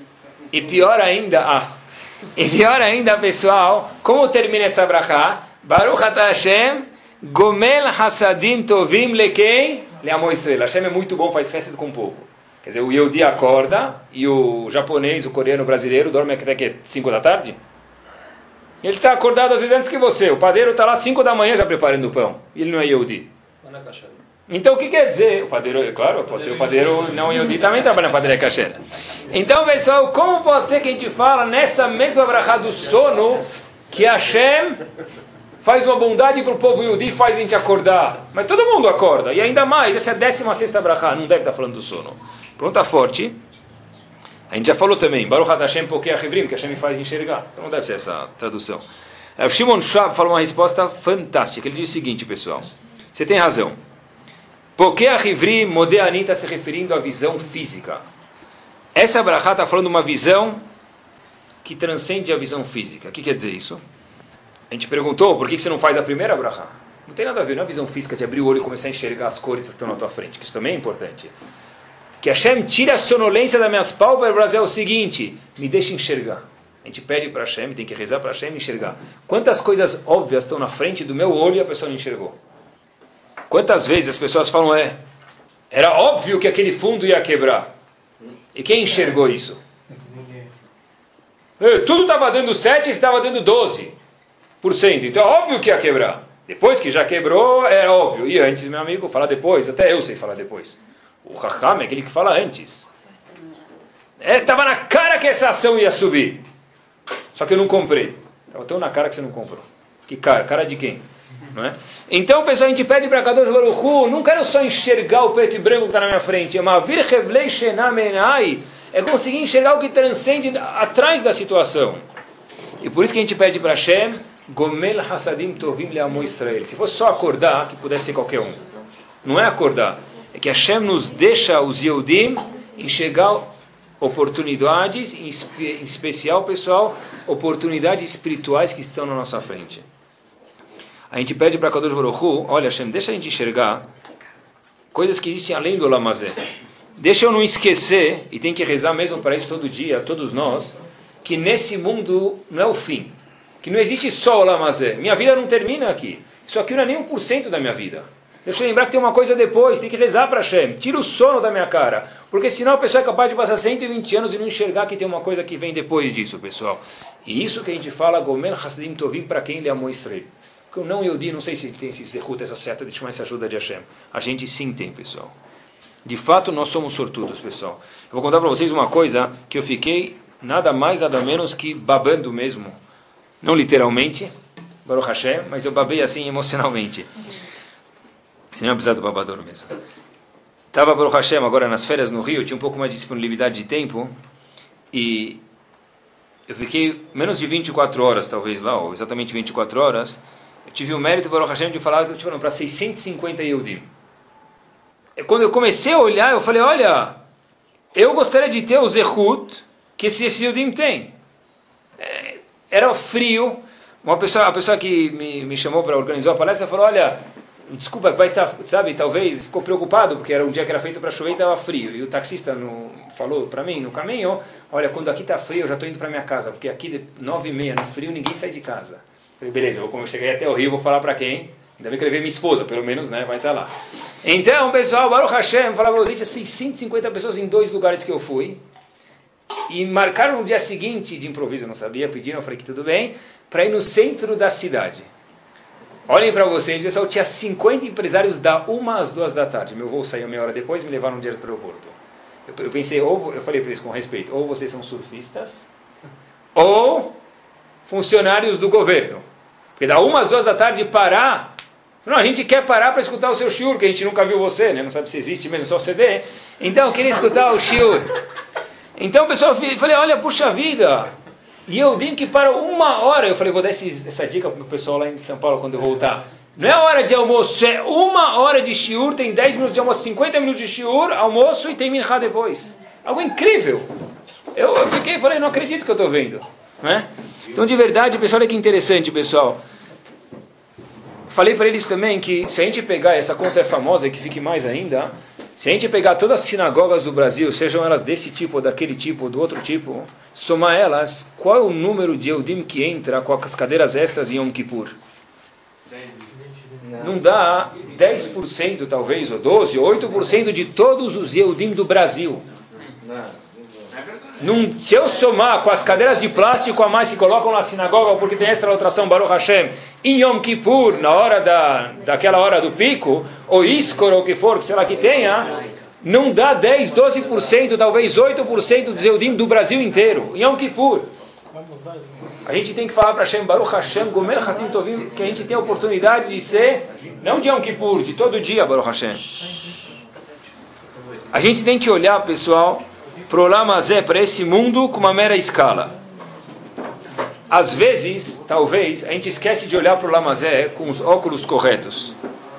pessoal, como termina essa brachá? Baruch Ata Hashem, Gomel Hasadim Tovim Lekei Le'amo Israel. Hashem é muito bom, faz festa com o povo. Quer dizer, o Yehudi acorda e o japonês, o coreano, o brasileiro dorme até que 5 da tarde. Ele está acordado às vezes antes que você. O padeiro está lá 5 da manhã já preparando o pão. Ele não é Yehudi. Então o que quer dizer? O padeiro, é claro, pode ser o padeiro não Yehudi, também trabalha na padaria kasher. Então, pessoal, como pode ser que a gente fala nessa mesma brachá do sono que Hashem faz uma bondade para o povo Yehudi e faz a gente acordar? Mas todo mundo acorda. E ainda mais, essa é a 16ª brachá, não deve estar falando do sono. Pergunta forte. A gente já falou também, Baruch Ata Hashem Pokei HaChivrim, que Hashem me faz enxergar. Então não deve ser essa tradução. O Shimon Schwab falou uma resposta fantástica. Ele diz o seguinte, pessoal. Você tem razão. Pokei HaChivrim, Modeh Ani, está se referindo à visão física. Essa brachá está falando de uma visão que transcende a visão física. O que quer dizer isso? A gente perguntou, por que você não faz a primeira brachá? Não tem nada a ver, não é a visão física de abrir o olho e começar a enxergar as cores que estão na tua frente, que isso também é importante. Que Hashem tire a sonolência das minhas pálpebras é o seguinte, me deixe enxergar. A gente pede para Hashem, tem que rezar para Hashem enxergar. Quantas coisas óbvias estão na frente do meu olho e a pessoa não enxergou? Quantas vezes as pessoas falam, era óbvio que aquele fundo ia quebrar. E quem enxergou isso? Tudo estava dando 7 e estava dando 12%. Então é óbvio que ia quebrar. Depois que já quebrou, é óbvio. E antes, meu amigo, fala depois. Até eu sei falar depois. O Raham é aquele que fala antes. Estava na cara que essa ação ia subir. Só que eu não comprei. Estava tão na cara que você não comprou. Que cara? Cara de quem? Não é? Então, pessoal, a gente pede para Kadosh Baruch Hu, não quero só enxergar o preto e branco que está na minha frente. É conseguir enxergar o que transcende atrás da situação. E por isso que a gente pede para Hashem, Gomel Hasadim Tovim Le'amo Israel. Se fosse só acordar, que pudesse ser qualquer um. Não é acordar. É que Hashem nos deixa, os Yehudim, enxergar oportunidades, em especial, pessoal, oportunidades espirituais que estão na nossa frente. A gente pede para Kadosh Baruch Hu, olha Hashem, deixa a gente enxergar coisas que existem além do Olam Hazé. Deixa eu não esquecer, e tem que rezar mesmo para isso todo dia, todos nós, que nesse mundo não é o fim. Que não existe só o Olam Hazé. Minha vida não termina aqui. Isso aqui não é nem 1% da minha vida. Deixa eu lembrar que tem uma coisa depois, tem que rezar para Hashem. Tira o sono da minha cara. Porque senão a pessoa é capaz de passar 120 anos e não enxergar que tem uma coisa que vem depois disso, pessoal. E isso que a gente fala, Gomer Hasadim Tovim, para quem lhe amou Israel. Porque eu não Yehudi, não sei se tem esse zehut, essa seta de chamar essa ajuda de Hashem. A gente sim tem, pessoal. De fato, nós somos sortudos, pessoal. Eu vou contar para vocês uma coisa que eu fiquei nada mais, nada menos que babando mesmo. Não literalmente, Baruch Hashem, mas eu babei assim emocionalmente. Senão é precisar do babador mesmo. Estava Baruch Hashem agora nas férias no Rio, tinha um pouco mais de disponibilidade de tempo, e eu fiquei menos de 24 horas, talvez lá, ou exatamente 24 horas. Eu tive o mérito, Baruch Hashem, de falar para 650 Yehudim. Quando eu comecei a olhar, eu falei, olha, eu gostaria de ter o zehut que esse Yehudim tem. Era frio. A pessoa que me chamou para organizar a palestra falou, olha, desculpa, vai estar, sabe, talvez, ficou preocupado, porque era um dia que era feito para chover e estava frio. E o taxista falou para mim, no caminho, olha, quando aqui está frio, eu já estou indo para minha casa, porque aqui, 9h30, no frio, ninguém sai de casa. Eu falei, beleza, como eu cheguei até o Rio, vou falar para quem? Ainda bem que eu levei minha esposa, pelo menos, né, vai estar lá. Então, pessoal, Baruch Hashem, falava para vocês, 650 pessoas em 2 lugares que eu fui, e marcaram no dia seguinte, de improviso, eu não sabia, pediram, eu falei que tudo bem, para ir no centro da cidade. Olhem para vocês, pessoal, tinha 50 empresários da 1 às 2 da tarde. Meu voo saiu meia hora depois, me levaram direto para o aeroporto. Eu pensei, eu falei para eles com respeito, ou vocês são surfistas, ou funcionários do governo. Porque da 1 às 2 da tarde parar, não, a gente quer parar para escutar o seu shiur, que a gente nunca viu você, né? Não sabe se existe mesmo, só CD. Então, eu queria escutar o shiur. Então, pessoal, eu falei, olha, puxa vida, e eu digo que para 1 hora, eu falei, vou dar essa dica para o pessoal lá em São Paulo quando eu voltar. Não é hora de almoço, é 1 hora de shiur, tem 10 minutos de almoço, 50 minutos de shiur, almoço e tem minchá depois. Algo incrível. Eu fiquei, falei, não acredito que eu estou vendo. Né? Então, de verdade, pessoal, olha que interessante, pessoal. Falei para eles também que se a gente pegar, essa conta é famosa e que fique mais ainda, se a gente pegar todas as sinagogas do Brasil, sejam elas desse tipo, ou daquele tipo, ou do outro tipo, somar elas, qual é o número de Yehudim que entra com as cadeiras extras em Yom Kippur? Não dá 10% talvez, ou 12%, ou 8% de todos os Yehudim do Brasil. Se eu somar com as cadeiras de plástico a mais que colocam na sinagoga, porque tem extra lotação Baruch Hashem, em Yom Kippur, na hora daquela hora do pico, ou Iskor, ou o que for, sei lá que tenha, não dá 10, 12%, talvez 8% dos Yehudim do Brasil inteiro, em Yom Kippur. A gente tem que falar para Hashem, Baruch Hashem, Gomer Hasadim Tovim, que a gente tem a oportunidade de ser, não de Yom Kippur, de todo dia, Baruch Hashem. A gente tem que olhar, pessoal, para o Olam Hazé, para esse mundo, com uma mera escala. Às vezes, talvez, a gente esquece de olhar para o Olam Hazé com os óculos corretos.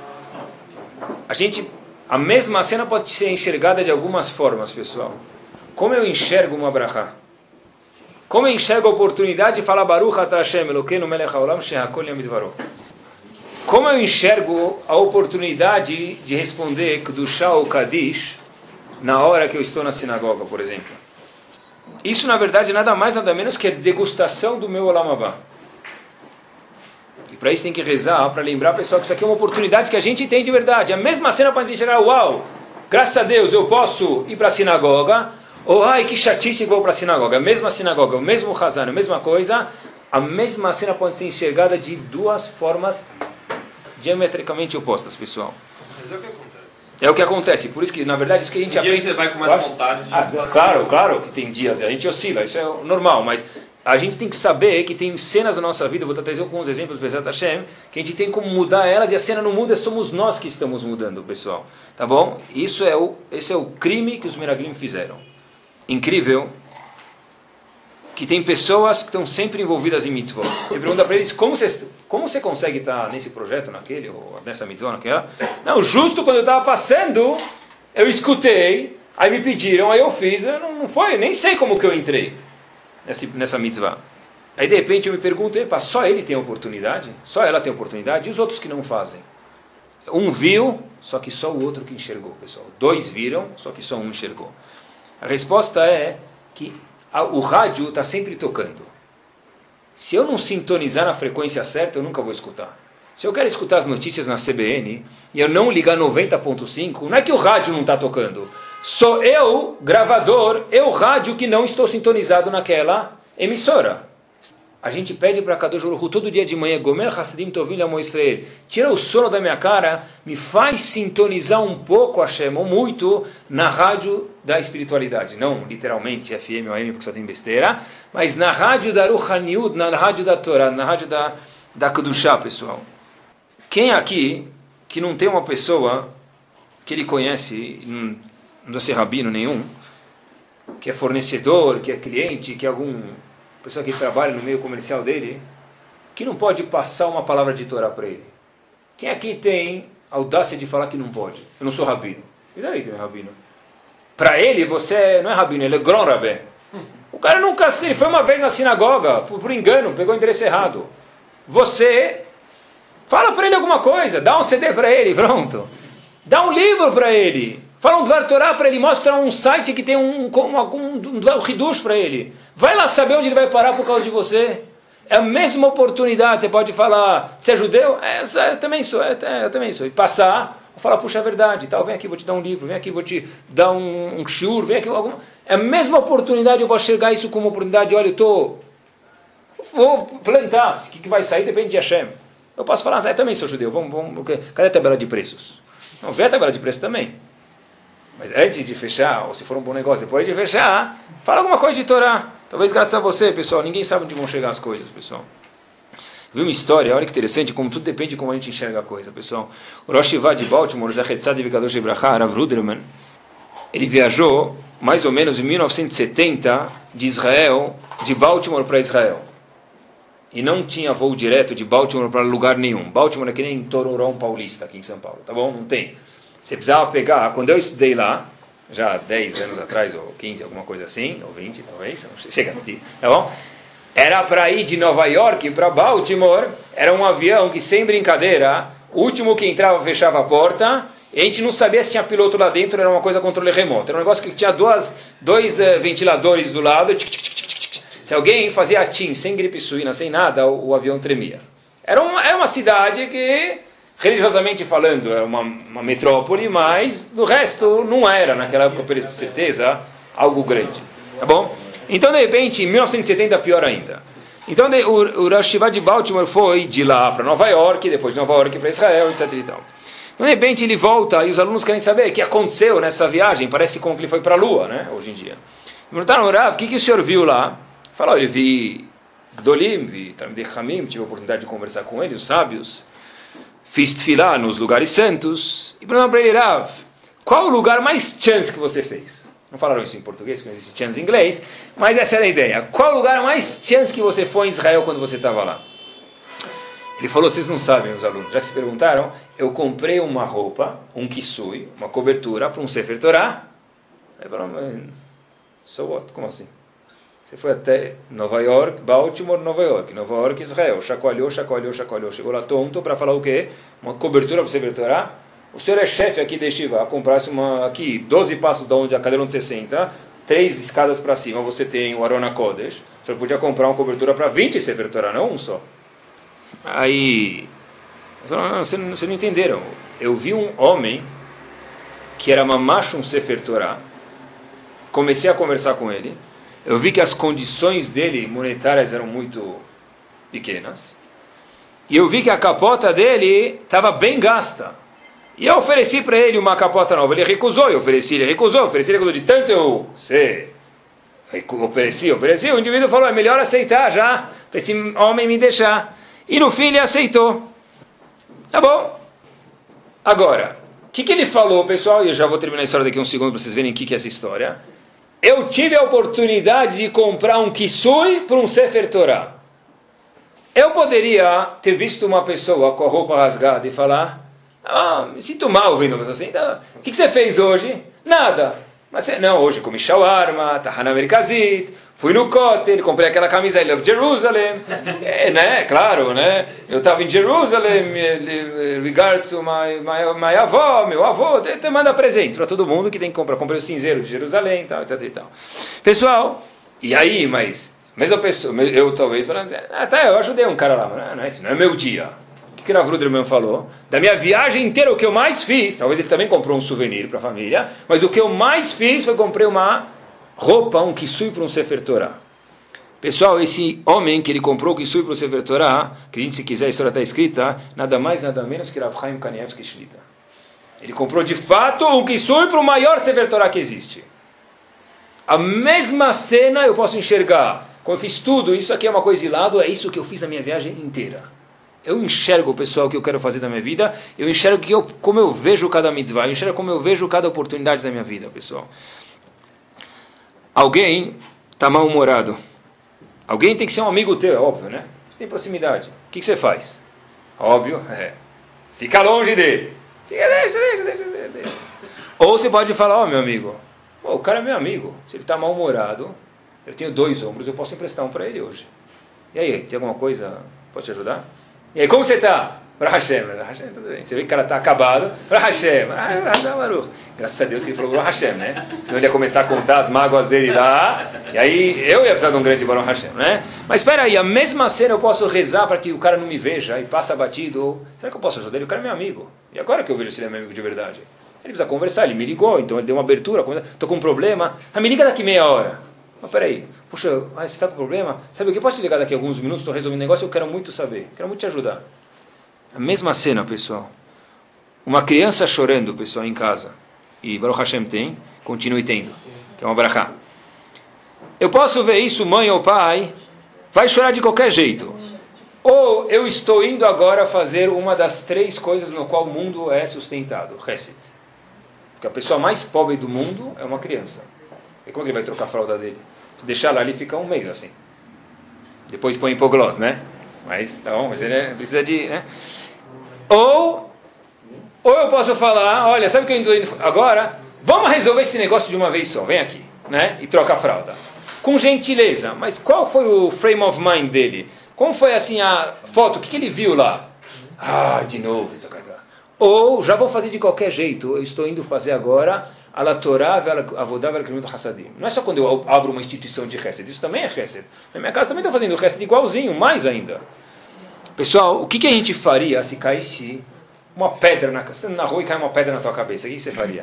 A mesma cena pode ser enxergada de algumas formas, pessoal. Como eu enxergo uma brachá? Como eu enxergo a oportunidade de falar Baruch Atah Hashem Elokeinu melech haolam shehakol yamidvaro? Como eu enxergo a oportunidade de responder Kedushá ou Kadish na hora que eu estou na sinagoga, por exemplo? Isso, na verdade, nada mais, nada menos que a degustação do meu Olam Haba. E para isso tem que rezar, para lembrar, pessoal, que isso aqui é uma oportunidade que a gente tem de verdade. A mesma cena pode enxergar, uau, graças a Deus eu posso ir para a sinagoga, ou ai, que chatice, vou para a sinagoga. A mesma sinagoga, o mesmo Hazan, a mesma coisa, a mesma cena pode ser enxergada de 2 formas diametricamente opostas, pessoal. Mas é o que acontece. É o que acontece, por isso que, na verdade, isso que a gente aprende... Você vai com mais vontade de... Claro que tem dias, a gente oscila, isso é normal, mas a gente tem que saber que tem cenas da nossa vida, vou trazer alguns exemplos, Bezat Hashem, que a gente tem como mudar elas, e a cena não muda, somos nós que estamos mudando, pessoal. Tá bom? Esse é o crime que os Meraglim fizeram. Incrível que tem pessoas que estão sempre envolvidas em mitzvot. Você pergunta para eles, como você consegue estar nesse projeto, naquele, ou nessa mitzvot, naquela? Não, justo quando eu estava passando, eu escutei Aí me pediram, aí eu fiz, não foi, nem sei como que eu entrei nessa mitzvah. Aí de repente eu me pergunto, epa, só ele tem oportunidade? Só ela tem oportunidade? E os outros que não fazem? Um viu, só que só o outro que enxergou, pessoal. 2 viram, só que só um enxergou. A resposta é que o rádio está sempre tocando. Se eu não sintonizar na frequência certa, eu nunca vou escutar. Se eu quero escutar as notícias na CBN e eu não ligar 90.5, não é que o rádio não está tocando. Sou eu, gravador, eu, rádio, que não estou sintonizado naquela emissora. A gente pede para Kadosh Baruch Hu todo dia de manhã, Gomer Hasadim Tovim L'Amo Israel, tira o sono da minha cara, me faz sintonizar um pouco, Hashem, ou muito, na rádio da espiritualidade. Não literalmente FM ou AM, porque só tem besteira, mas na rádio da Ruhaniut, na rádio da Torá, na rádio da Kedushá, pessoal. Quem aqui que não tem uma pessoa que ele conhece, não precisa ser rabino nenhum, que é fornecedor, que é cliente, que é algum pessoa que trabalha no meio comercial dele, que não pode passar uma palavra de Torá para ele? Quem aqui tem audácia de falar que não pode? Eu não sou rabino. E daí que não é rabino? Para ele, você não é rabino, ele é Gron Rabé. O cara nunca, ele foi uma vez na sinagoga, por engano, pegou o endereço errado. Você fala para ele alguma coisa, dá um CD para ele, pronto. Dá um livro para ele. Fala um Dvar Torá para ele, mostra um site que tem um Hidush para ele. Vai lá saber onde ele vai parar por causa de você. É a mesma oportunidade, você pode falar, você é judeu? Eu também sou, eu também sou. E passar, falar, puxa, é verdade, tal, vem aqui, vou te dar um livro, vem aqui, vou te dar um shiur, vem aqui, é a mesma oportunidade, eu vou enxergar isso como uma oportunidade, olha, vou plantar, o que vai sair depende de Hashem. Eu posso falar, eu também sou judeu, cadê a tabela de preços? Não, vê a tabela de preços também. Mas antes de fechar, ou se for um bom negócio, depois de fechar, fala alguma coisa de Torá. Talvez graças a você, pessoal. Ninguém sabe onde vão chegar as coisas, pessoal. Vi uma história, olha que interessante, como tudo depende de como a gente enxerga a coisa, pessoal. O Rosh Yeshiva de Baltimore, Zachetzad Vikadosh Ibrahá, Rav Ruderman, ele viajou mais ou menos em 1970 de Israel, de Baltimore para Israel. E não tinha voo direto de Baltimore para lugar nenhum. Baltimore é que nem Tororão Paulista, aqui em São Paulo, tá bom? Não tem. Você precisava pegar, quando eu estudei lá, já 10 anos atrás, ou 15, alguma coisa assim, ou 20 talvez, chega no dia, tá bom? Era para ir de Nova York para Baltimore, era um avião que, sem brincadeira, o último que entrava fechava a porta, e a gente não sabia se tinha piloto lá dentro, era uma coisa controle remoto, era um negócio que tinha dois ventiladores do lado, se alguém fazia atim, sem gripe suína, sem nada, o avião tremia. Era uma cidade que, religiosamente falando, era uma metrópole, mas do resto não era, naquela época, com certeza, algo grande. Tá bom? Então, de repente, em 1970, pior ainda. Então, o Rosh Yeshiva de Baltimore foi de lá para Nova York, depois de Nova York para Israel, etc. e tal. Então, de repente, ele volta e os alunos querem saber o que aconteceu nessa viagem. Parece como que ele foi para a Lua, né, hoje em dia. Perguntaram, Rav, o que o senhor viu lá? Falou, eu vi Gdolim, vi Talmidei Chachamim, tive a oportunidade de conversar com eles, os sábios. Fiz tefilá nos lugares santos. E perguntaram para ele, Rav, qual o lugar mais chance que você fez? Não falaram isso em português, porque não existe chance em inglês, mas essa era a ideia. Qual o lugar mais chance que você foi em Israel quando você estava lá? Ele falou, vocês não sabem, os alunos, já se perguntaram, eu comprei uma roupa, um kisui, uma cobertura para um Sefer Torah. Aí falaram, so what? Como assim? Você foi até Nova York, Baltimore, Nova York, Israel. Chacoalhou, chegou lá tonto para falar o quê? Uma cobertura para o Sefer Torah. O senhor é chefe aqui da Yeshiva, comprasse aqui 12 passos da onde a cadeira onde você senta, 3 escadas para cima, você tem o Aron HaKodesh. O senhor podia comprar uma cobertura para 20 Sefer Torah, não um só. Aí, vocês não entenderam. Eu vi um homem que era mamash um Sefer Torah. Comecei a conversar com ele. Eu vi que as condições dele monetárias eram muito pequenas. E eu vi que a capota dele estava bem gasta. E eu ofereci para ele uma capota nova. Ele recusou, eu ofereci, ele recusou. De tanto eu ofereci. O indivíduo falou, é melhor aceitar já, para esse homem me deixar. E no fim ele aceitou. Tá bom. Agora, o que ele falou, pessoal? E eu já vou terminar a história daqui um segundo para vocês verem o que é essa história. Eu tive a oportunidade de comprar um kisui para um Sefer Torah. Eu poderia ter visto uma pessoa com a roupa rasgada e falar, me sinto mal ouvindo uma pessoa assim. O que você fez hoje? Nada. Mas não, hoje comi shawarma, tahana merkazit, fui no Kotel, comprei aquela camisa I Love Jerusalem, né, claro, né, eu estava em Jerusalem, regards to my avó, meu avô, manda presentes para todo mundo que tem que comprar, comprei o cinzeiro de Jerusalém, tal, etc e tal. Pessoal, e aí, mas, mesma pessoa, eu talvez falando assim, tá, eu ajudei um cara lá, mas isso não é meu dia. O que Rav Ruderman falou? Da minha viagem inteira, o que eu mais fiz, talvez ele também comprou um souvenir para a família, mas o que eu mais fiz foi comprei uma roupa, um kissui para um Sefer Torah. Pessoal, esse homem que ele comprou o kissui para o Sefer Torah, que a gente se quiser, a história está escrita, nada mais, nada menos que Rav Chaim Kanievsky Shlita. Ele comprou de fato um kissui para o maior Sefer Torah que existe. A mesma cena eu posso enxergar. Quando eu fiz tudo, isso aqui é uma coisa de lado, é isso que eu fiz na minha viagem inteira. Eu enxergo, pessoal, o que eu quero fazer da minha vida, eu enxergo como eu vejo cada mitzvah, eu enxergo como eu vejo cada oportunidade da minha vida, pessoal. Alguém está mal-humorado. Alguém tem que ser um amigo teu, é óbvio, né? Você tem proximidade. O que você faz? Óbvio, fica longe dele. Deixa. Ou você pode falar, meu amigo, o cara é meu amigo. Se ele está mal-humorado, eu tenho 2 ombros, eu posso emprestar um para ele hoje. E aí, tem alguma coisa? Pode te ajudar? E aí, como você está? Baruch Hashem, tudo bem. Você vê que o cara está acabado. Baruch Hashem. Graças a Deus que ele falou Baruch Hashem, né? Senão ele ia começar a contar as mágoas dele lá. E aí eu ia precisar de um grande Baruch Hashem, né? Mas espera aí, a mesma cena eu posso rezar para que o cara não me veja e passa batido. Ou, será que eu posso ajudar ele? O cara é meu amigo. E agora que eu vejo se ele é meu amigo de verdade? Ele precisa conversar, ele me ligou, então ele deu uma abertura. Estou com um problema. Me liga daqui meia hora. Mas peraí, puxa, você está com problema? Sabe o que? Pode te ligar daqui a alguns minutos, estou resolvendo um negócio, eu quero muito saber, quero muito te ajudar. A mesma cena, pessoal. Uma criança chorando, pessoal, em casa. E Baruch Hashem tem, continue tendo. Que é uma brachá. Eu posso ver isso, mãe ou pai, vai chorar de qualquer jeito. Ou eu estou indo agora fazer uma das 3 coisas no qual o mundo é sustentado, Chesed. Porque a pessoa mais pobre do mundo é uma criança. E como ele vai trocar a fralda dele? Se deixar lá, ele fica um mês assim. Depois põe hipoglós, né? Mas, então, mas ele precisa de... né? Ou eu posso falar, olha, sabe o que eu estou indo agora? Vamos resolver esse negócio de uma vez só, vem aqui, né? E troca a fralda. Com gentileza. Mas qual foi o frame of mind dele? Como foi assim a foto? O que ele viu lá? De novo. Ou, já vou fazer de qualquer jeito, eu estou indo fazer agora... Não é só quando eu abro uma instituição de Chesed, isso também é Chesed. Na minha casa também estou fazendo Chesed igualzinho, mais ainda. Pessoal, o que a gente faria se caísse uma pedra você está na rua e cai uma pedra na tua cabeça? O que você faria?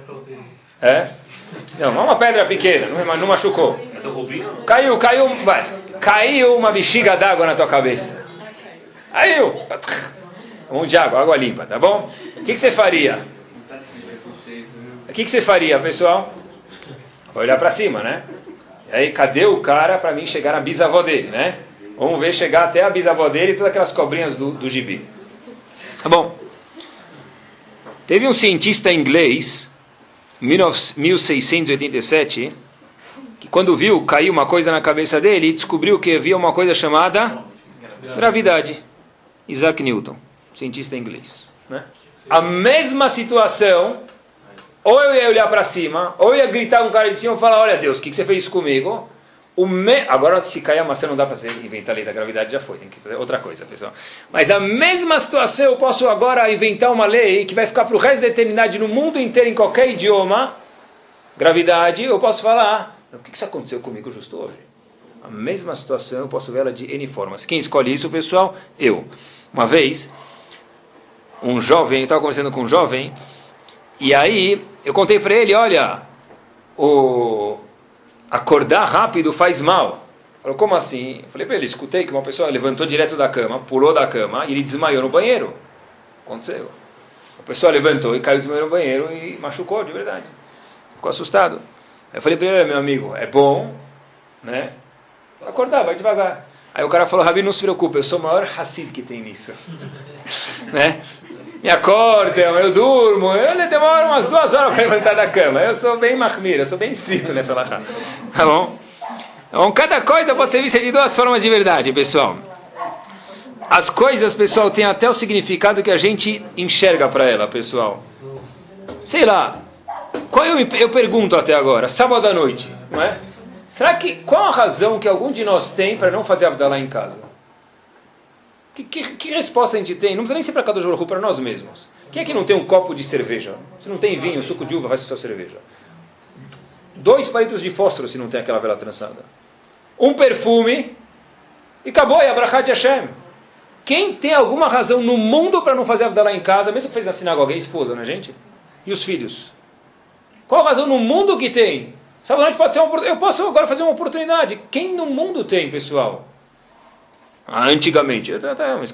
Não, uma pedra pequena, não machucou. Caiu uma bexiga d'água na tua cabeça. Caiu. Um de água limpa, tá bom? O que você faria? O que você faria, pessoal? Vai olhar para cima, né? E aí, cadê o cara para mim chegar na bisavó dele, né? Vamos ver chegar até a bisavó dele e todas aquelas cobrinhas do gibi. Tá bom. Teve um cientista inglês, em 1687, que quando viu cair uma coisa na cabeça dele, descobriu que havia uma coisa chamada gravidade. Isaac Newton, cientista inglês, né? A mesma situação... Ou eu ia olhar para cima, ou eu ia gritar com o cara de cima e falar, olha Deus, o que você fez isso comigo? Agora, se cair a maçã, não dá para inventar a lei da gravidade, já foi, tem que fazer outra coisa, pessoal. Mas a mesma situação, eu posso agora inventar uma lei que vai ficar para o resto da eternidade no mundo inteiro, em qualquer idioma, gravidade, eu posso falar, o que isso aconteceu comigo justo hoje? A mesma situação, eu posso ver ela de N formas. Quem escolhe isso, pessoal? Eu. Uma vez, eu estava conversando com um jovem, e aí, eu contei para ele, olha, acordar rápido faz mal. Falou, como assim? Eu falei para ele, escutei que uma pessoa levantou direto da cama, pulou da cama e ele desmaiou no banheiro. Aconteceu. A pessoa levantou e caiu, desmaiou no banheiro e machucou de verdade. Ficou assustado. Eu falei para ele, meu amigo, é bom, né? Acordar, vai devagar. Aí o cara falou, Rabi, não se preocupe, eu sou o maior Hassid que tem nisso. Né? Me acorda, eu durmo, eu demoro umas 2 horas para levantar da cama. Eu sou bem mahmir, eu sou bem estrito nessa lahá. Tá bom? Então, cada coisa pode ser vista de 2 formas de verdade, pessoal. As coisas, pessoal, têm até o significado que a gente enxerga para ela, pessoal. Sei lá, Eu pergunto até agora, sábado à noite, não é? Qual a razão que algum de nós tem para não fazer Havdalah em casa? Que resposta a gente tem? Não precisa nem ser para Kadosh Baruch Hu, para nós mesmos. Quem é que não tem um copo de cerveja? Se não tem vinho, suco de uva, vai ser só cerveja. 2 palitos de fósforo se não tem aquela vela trançada. Um perfume e acabou, é a Brachá de Hashem. Quem tem alguma razão no mundo para não fazer Havdalah em casa, mesmo que fez na sinagoga, é a esposa, não é gente? E os filhos? Qual a razão no mundo que tem? Sábado à noite pode ser eu posso agora fazer uma oportunidade. Quem no mundo tem, pessoal? Antigamente. Mas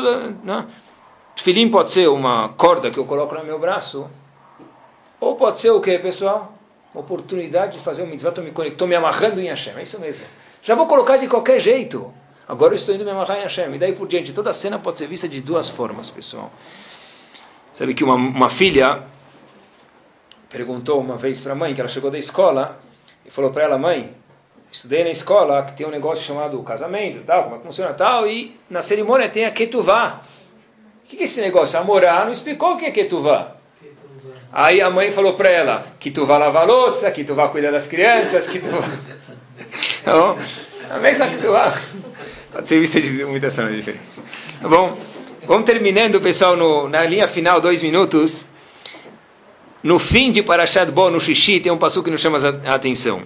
Tefilim pode ser uma corda que eu coloco no meu braço. Ou pode ser o quê, pessoal? Uma oportunidade de fazer um mitzvah. Estou me amarrando em Hashem. É isso mesmo. Já vou colocar de qualquer jeito. Agora eu estou indo me amarrar em Hashem. E daí por diante. Toda a cena pode ser vista de 2 formas, pessoal. Sabe que uma filha perguntou uma vez para a mãe, que ela chegou da escola, e falou para ela: mãe, estudei na escola que tem um negócio chamado casamento, tal, como é que funciona tal, e na cerimônia tem a ketuvá. O que é esse negócio? A Morá não explicou o que é ketuvá. Aí a mãe falou para ela: ketuvá lava a louça, ketuvá cuida das crianças, ketuvá... Tá bom? A mesma ketuvá. Pode ser vista de muitas formas diferentes. Tá bom? Vamos terminando, pessoal, na linha final, 2 minutos. No fim de Parashat Bo, no Shishi, tem um passuco que nos chama a atenção.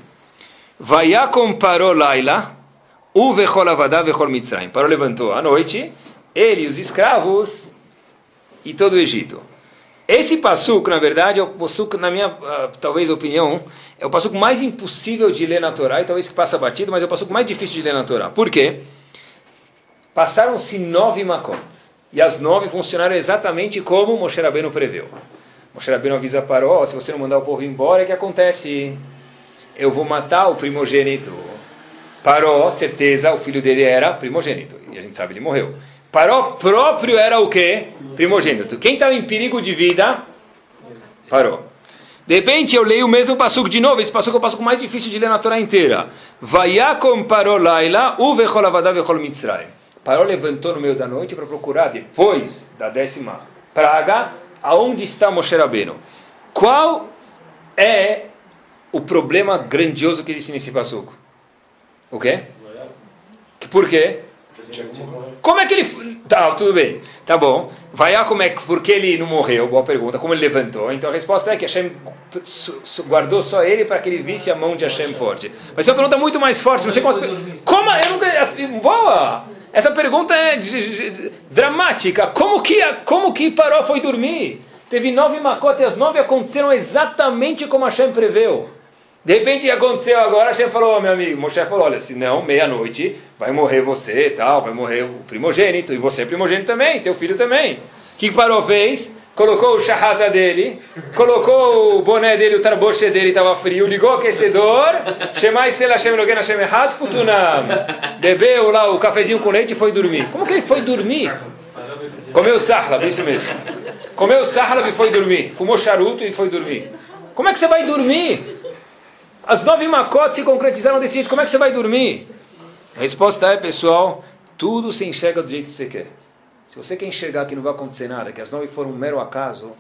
Vayakom paró laila, u vechol avadá vechol mitzrayim. Paró levantou à noite, ele e os escravos e todo o Egito. Esse passuco, na verdade, é o passuco, na minha, talvez, opinião, é o passuco mais impossível de ler na Torá, e talvez que passa batido, mas é o passuco mais difícil de ler na Torá. Por quê? Passaram-se 9 makot, e as 9 funcionaram exatamente como Moshe Rabbeinu preveu. Moshe Rabbeinu avisa Paró: se você não mandar o povo embora, o que acontece? Eu vou matar o primogênito. Paró, certeza, o filho dele era primogênito. E a gente sabe, ele morreu. Paró próprio era o quê? Primogênito. Quem estava em perigo de vida? Paró. De repente eu leio o mesmo passuco de novo. Esse passuco é o passuco mais difícil de ler na Torá inteira. Vayakom Paró laila, u vechol avadá vechol mitzrayim. Paró levantou no meio da noite para procurar, depois da 10ª praga, aonde está Moshe Rabbeinu. Qual é o problema grandioso que existe nesse passuco? O quê? Por quê? Como é que ele... Tá, tudo bem. Tá bom. Por que ele não morreu? Boa pergunta. Como ele levantou? Então a resposta é que Hashem guardou só ele para que ele visse a mão de Hashem forte. Mas é uma pergunta muito mais forte. Não sei como... Eu nunca... Boa! Essa pergunta é dramática. Como que Paró foi dormir? Teve 9 makot e as 9 aconteceram exatamente como Hashem preveu. De repente, o que aconteceu agora? Hashem falou: meu amigo, Moshe falou: olha, se não, meia-noite, vai morrer você, tal, vai morrer o primogênito, e você é primogênito também, teu filho também. O que Paró fez? Colocou o shahada dele, colocou o boné dele, o tarboche dele estava frio, ligou o aquecedor, Shemai Sel Hashem Elokeinu Hashem Echad Futunam. Bebeu lá o cafezinho com leite e foi dormir. Como que ele foi dormir? Comeu sahlab, isso mesmo. Comeu sahlab e foi dormir. Fumou charuto e foi dormir. Como é que você vai dormir? As 9 makot se concretizaram desse jeito. Como é que você vai dormir? A resposta é, pessoal, tudo se enxerga do jeito que você quer. Se você quer enxergar que não vai acontecer nada, que as 9 foram um mero acaso,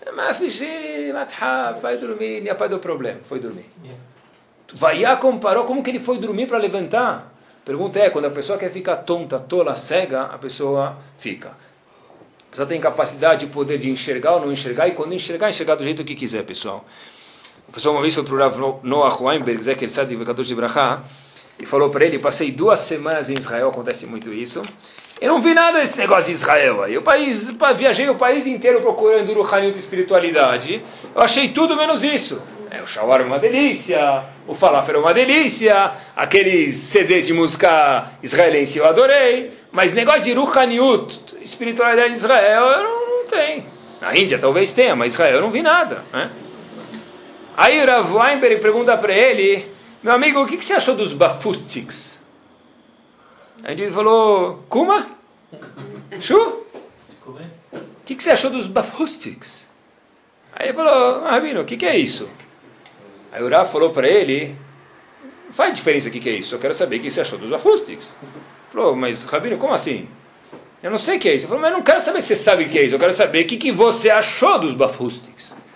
vai dormir, minha pai deu problema, foi dormir. Vayakom Paró, como que ele foi dormir para levantar? A pergunta é, quando a pessoa quer ficar tonta, tola, cega, a pessoa fica. A pessoa tem capacidade e poder de enxergar ou não enxergar, e quando enxergar do jeito que quiser, pessoal. O pessoal uma vez foi para o Rav Noah Weinberg, Zeker Sadi Vekadosh de Brachá, e falou para ele: passei 2 semanas em Israel, acontece muito isso, eu não vi nada desse negócio de Israel aí. Viajei o país inteiro procurando Ruhaniyut, espiritualidade, eu achei tudo menos isso. O shawarma é uma delícia, o falafel é uma delícia, aqueles CDs de música israelense eu adorei, mas negócio de Ruhaniyut, espiritualidade de Israel, eu não tenho. Na Índia talvez tenha, mas Israel eu não vi nada, né? Aí o Rav Weinberg pergunta para ele: meu amigo, o que você achou dos bafustics? Aí ele falou: Kuma? Shu? O que você achou dos bafustics? Aí ele falou: Rabino, o que é isso? Aí o Rav falou para ele: não faz diferença o que é isso, eu quero saber o que você achou dos bafustics. Ele falou: mas Rabino, como assim? Eu não sei o que é isso. Ele falou: mas eu não quero saber se você sabe o que é isso, eu quero saber o que você achou dos bafustics.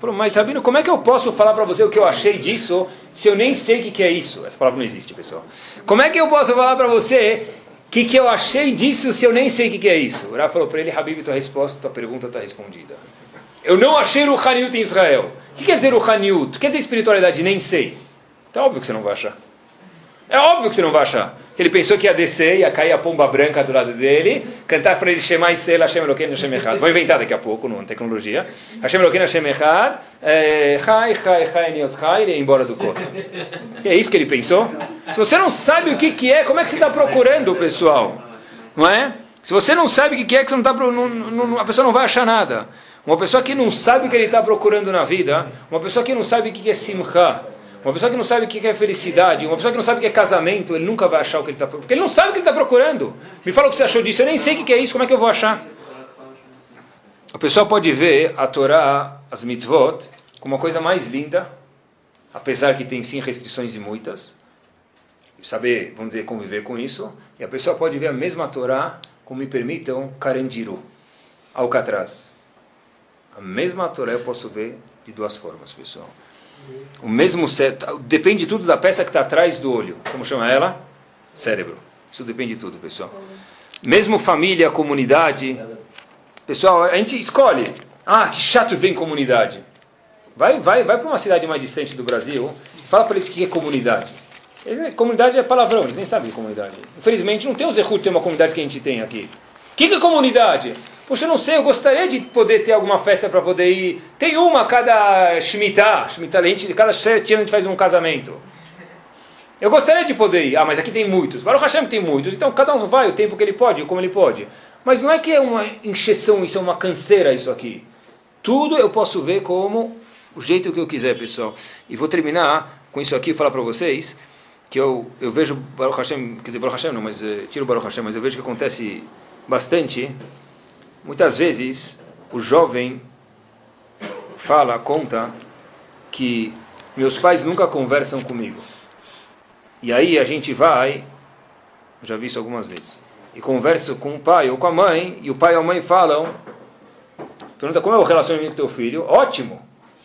Falou, mas Rabino, como é que eu posso falar para você o que eu achei disso se eu nem sei o que é isso? Essa palavra não existe, pessoal. Como é que eu posso falar para você o que eu achei disso se eu nem sei o que é isso? O Rav falou para ele, Habib, tua resposta, tua pergunta está respondida. Eu não achei o Ruhaniut em Israel. O que quer dizer o Ruhaniut? Quer dizer espiritualidade? Nem sei. Então é óbvio que você não vai achar. É óbvio que você não vai achar. Ele pensou que ia descer, ia cair a pomba branca do lado dele, cantar para ele Shema Israel, Hashem Elokeinu, Hashem Echad. Vou inventar daqui a pouco, não tecnologia. Hashem Elokeinu, Hashem Echad, Chai, Chai, Chai, Niot Chai, ele ia embora do corpo. É isso que ele pensou? Se você não sabe o que é, como é que você está procurando, pessoal? Não é? Se você não sabe o que é, que você não está, a pessoa não vai achar nada. Uma pessoa que não sabe o que ele está procurando na vida, uma pessoa que não sabe o que é simcha, uma pessoa que não sabe o que é felicidade, uma pessoa que não sabe o que é casamento, ele nunca vai achar o que ele está procurando. Porque ele não sabe o que ele está procurando. Me fala o que você achou disso, eu nem sei o que é isso, como é que eu vou achar? A pessoa pode ver a Torá, as mitzvot, como uma coisa mais linda, apesar que tem sim restrições e muitas, saber, vamos dizer, conviver com isso, e a pessoa pode ver a mesma Torá, como me permitam, Carandiru, Alcatraz. A mesma Torá eu posso ver de duas formas, pessoal. O mesmo depende tudo da peça que está atrás do olho. Como chama ela? Cérebro. Isso depende de tudo, pessoal. Mesmo família, comunidade. Pessoal, a gente escolhe. Ah, que chato ver em comunidade. Vai para uma cidade mais distante do Brasil. Fala para eles o que é comunidade. Comunidade é palavrão, eles nem sabem de comunidade. Infelizmente não tem o zehut de ter uma comunidade que a gente tem aqui. O que é comunidade? Poxa, eu não sei, eu gostaria de poder ter alguma festa para poder ir. Tem uma cada Shemitah, cada 7 anos a gente faz um casamento. Eu gostaria de poder ir. Ah, mas aqui tem muitos. Baruch Hashem tem muitos. Então cada um vai o tempo que ele pode, como ele pode. Mas não é que é uma encheção, isso é uma canseira isso aqui. Tudo eu posso ver como o jeito que eu quiser, pessoal. E vou terminar com isso aqui e falar para vocês que eu vejo Baruch Hashem, quer dizer, Baruch Hashem não, mas tiro Baruch Hashem, mas eu vejo que acontece bastante. Muitas vezes o jovem conta que meus pais nunca conversam comigo. E aí a gente vai, já vi isso algumas vezes, e conversa com o pai ou com a mãe, e o pai ou a mãe falam, pergunta como é o relacionamento com teu filho? Ótimo!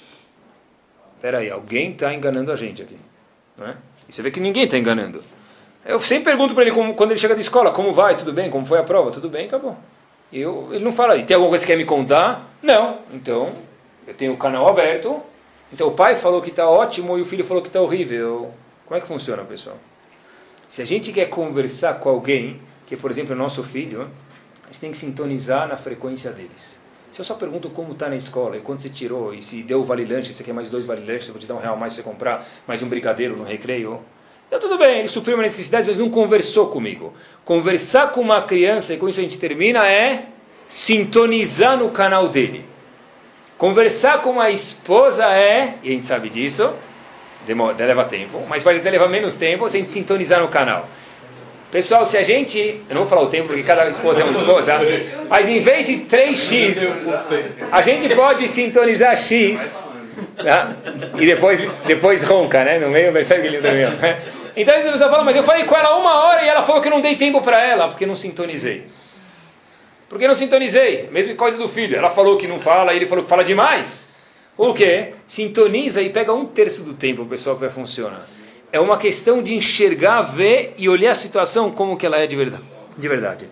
Espera aí, alguém está enganando a gente aqui. Não é? E você vê que ninguém está enganando. Eu sempre pergunto para ele, quando ele chega da escola, como vai, tudo bem, como foi a prova, tudo bem, acabou. Ele não fala, tem alguma coisa que quer me contar? Não. Então, eu tenho o canal aberto. Então, o pai falou que está ótimo e o filho falou que está horrível. Como é que funciona, pessoal? Se a gente quer conversar com alguém, que por exemplo é nosso filho, a gente tem que sintonizar na frequência deles. Se eu só pergunto como está na escola, e quando você tirou, e se deu o vale-lanche, você quer mais 2 vale-lanches, eu vou te dar R$1 mais para você comprar, mais um brigadeiro no recreio. Então tudo bem, ele supriu uma necessidade, mas não conversou comigo. Conversar com uma criança, e com isso a gente termina, é sintonizar no canal dele. Conversar com uma esposa e a gente sabe disso, leva tempo, mas pode até levar menos tempo se a gente sintonizar no canal. Pessoal, se a gente, eu não vou falar o tempo porque cada esposa é uma esposa, mas em vez de 3x, a gente pode sintonizar X, né? E depois ronca, né? No meio percebe que ele dormiu. Então a pessoa fala, mas eu falei com ela 1 hora e ela falou que eu não dei tempo para ela, porque não sintonizei. Por que não sintonizei? Mesma coisa do filho, ela falou que não fala, e ele falou que fala demais. O quê? Sintoniza e pega 1/3 do tempo, pessoal, que vai funcionar. É uma questão de enxergar, ver e olhar a situação como que ela é de verdade.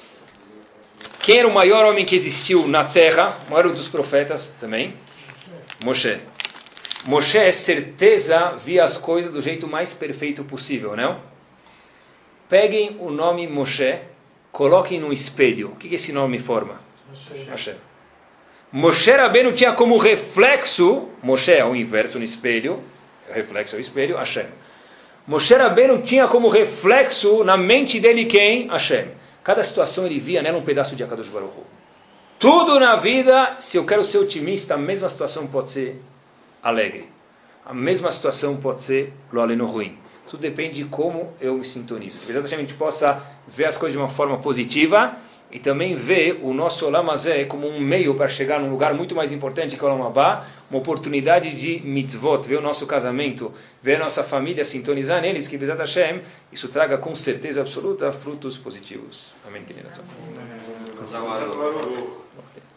Quem era o maior homem que existiu na Terra? O maior dos profetas também? Moshe. Moshe é certeza, via as coisas do jeito mais perfeito possível, não? Peguem o nome Moshe, coloquem no espelho. O que esse nome forma? Moshe. Moshe Rabbeinu tinha como reflexo, Moshe é o inverso no espelho, reflexo é o espelho, Hashem. Moshe Rabbeinu tinha como reflexo na mente dele quem? Hashem. Cada situação ele via nela um pedaço de Akadosh Baruch Hu. Tudo na vida, se eu quero ser otimista, a mesma situação pode ser alegre. A mesma situação pode ser lo aleno ruim. Tudo depende de como eu me sintonizo. Exatamente a gente possa ver as coisas de uma forma positiva e também ver o nosso Olam Hazeh como um meio para chegar num lugar muito mais importante que o Olam Haba, uma oportunidade de mitzvot, ver o nosso casamento, ver a nossa família, sintonizar neles, que Bezat Hashem, isso traga com certeza absoluta frutos positivos. Amém, queridos.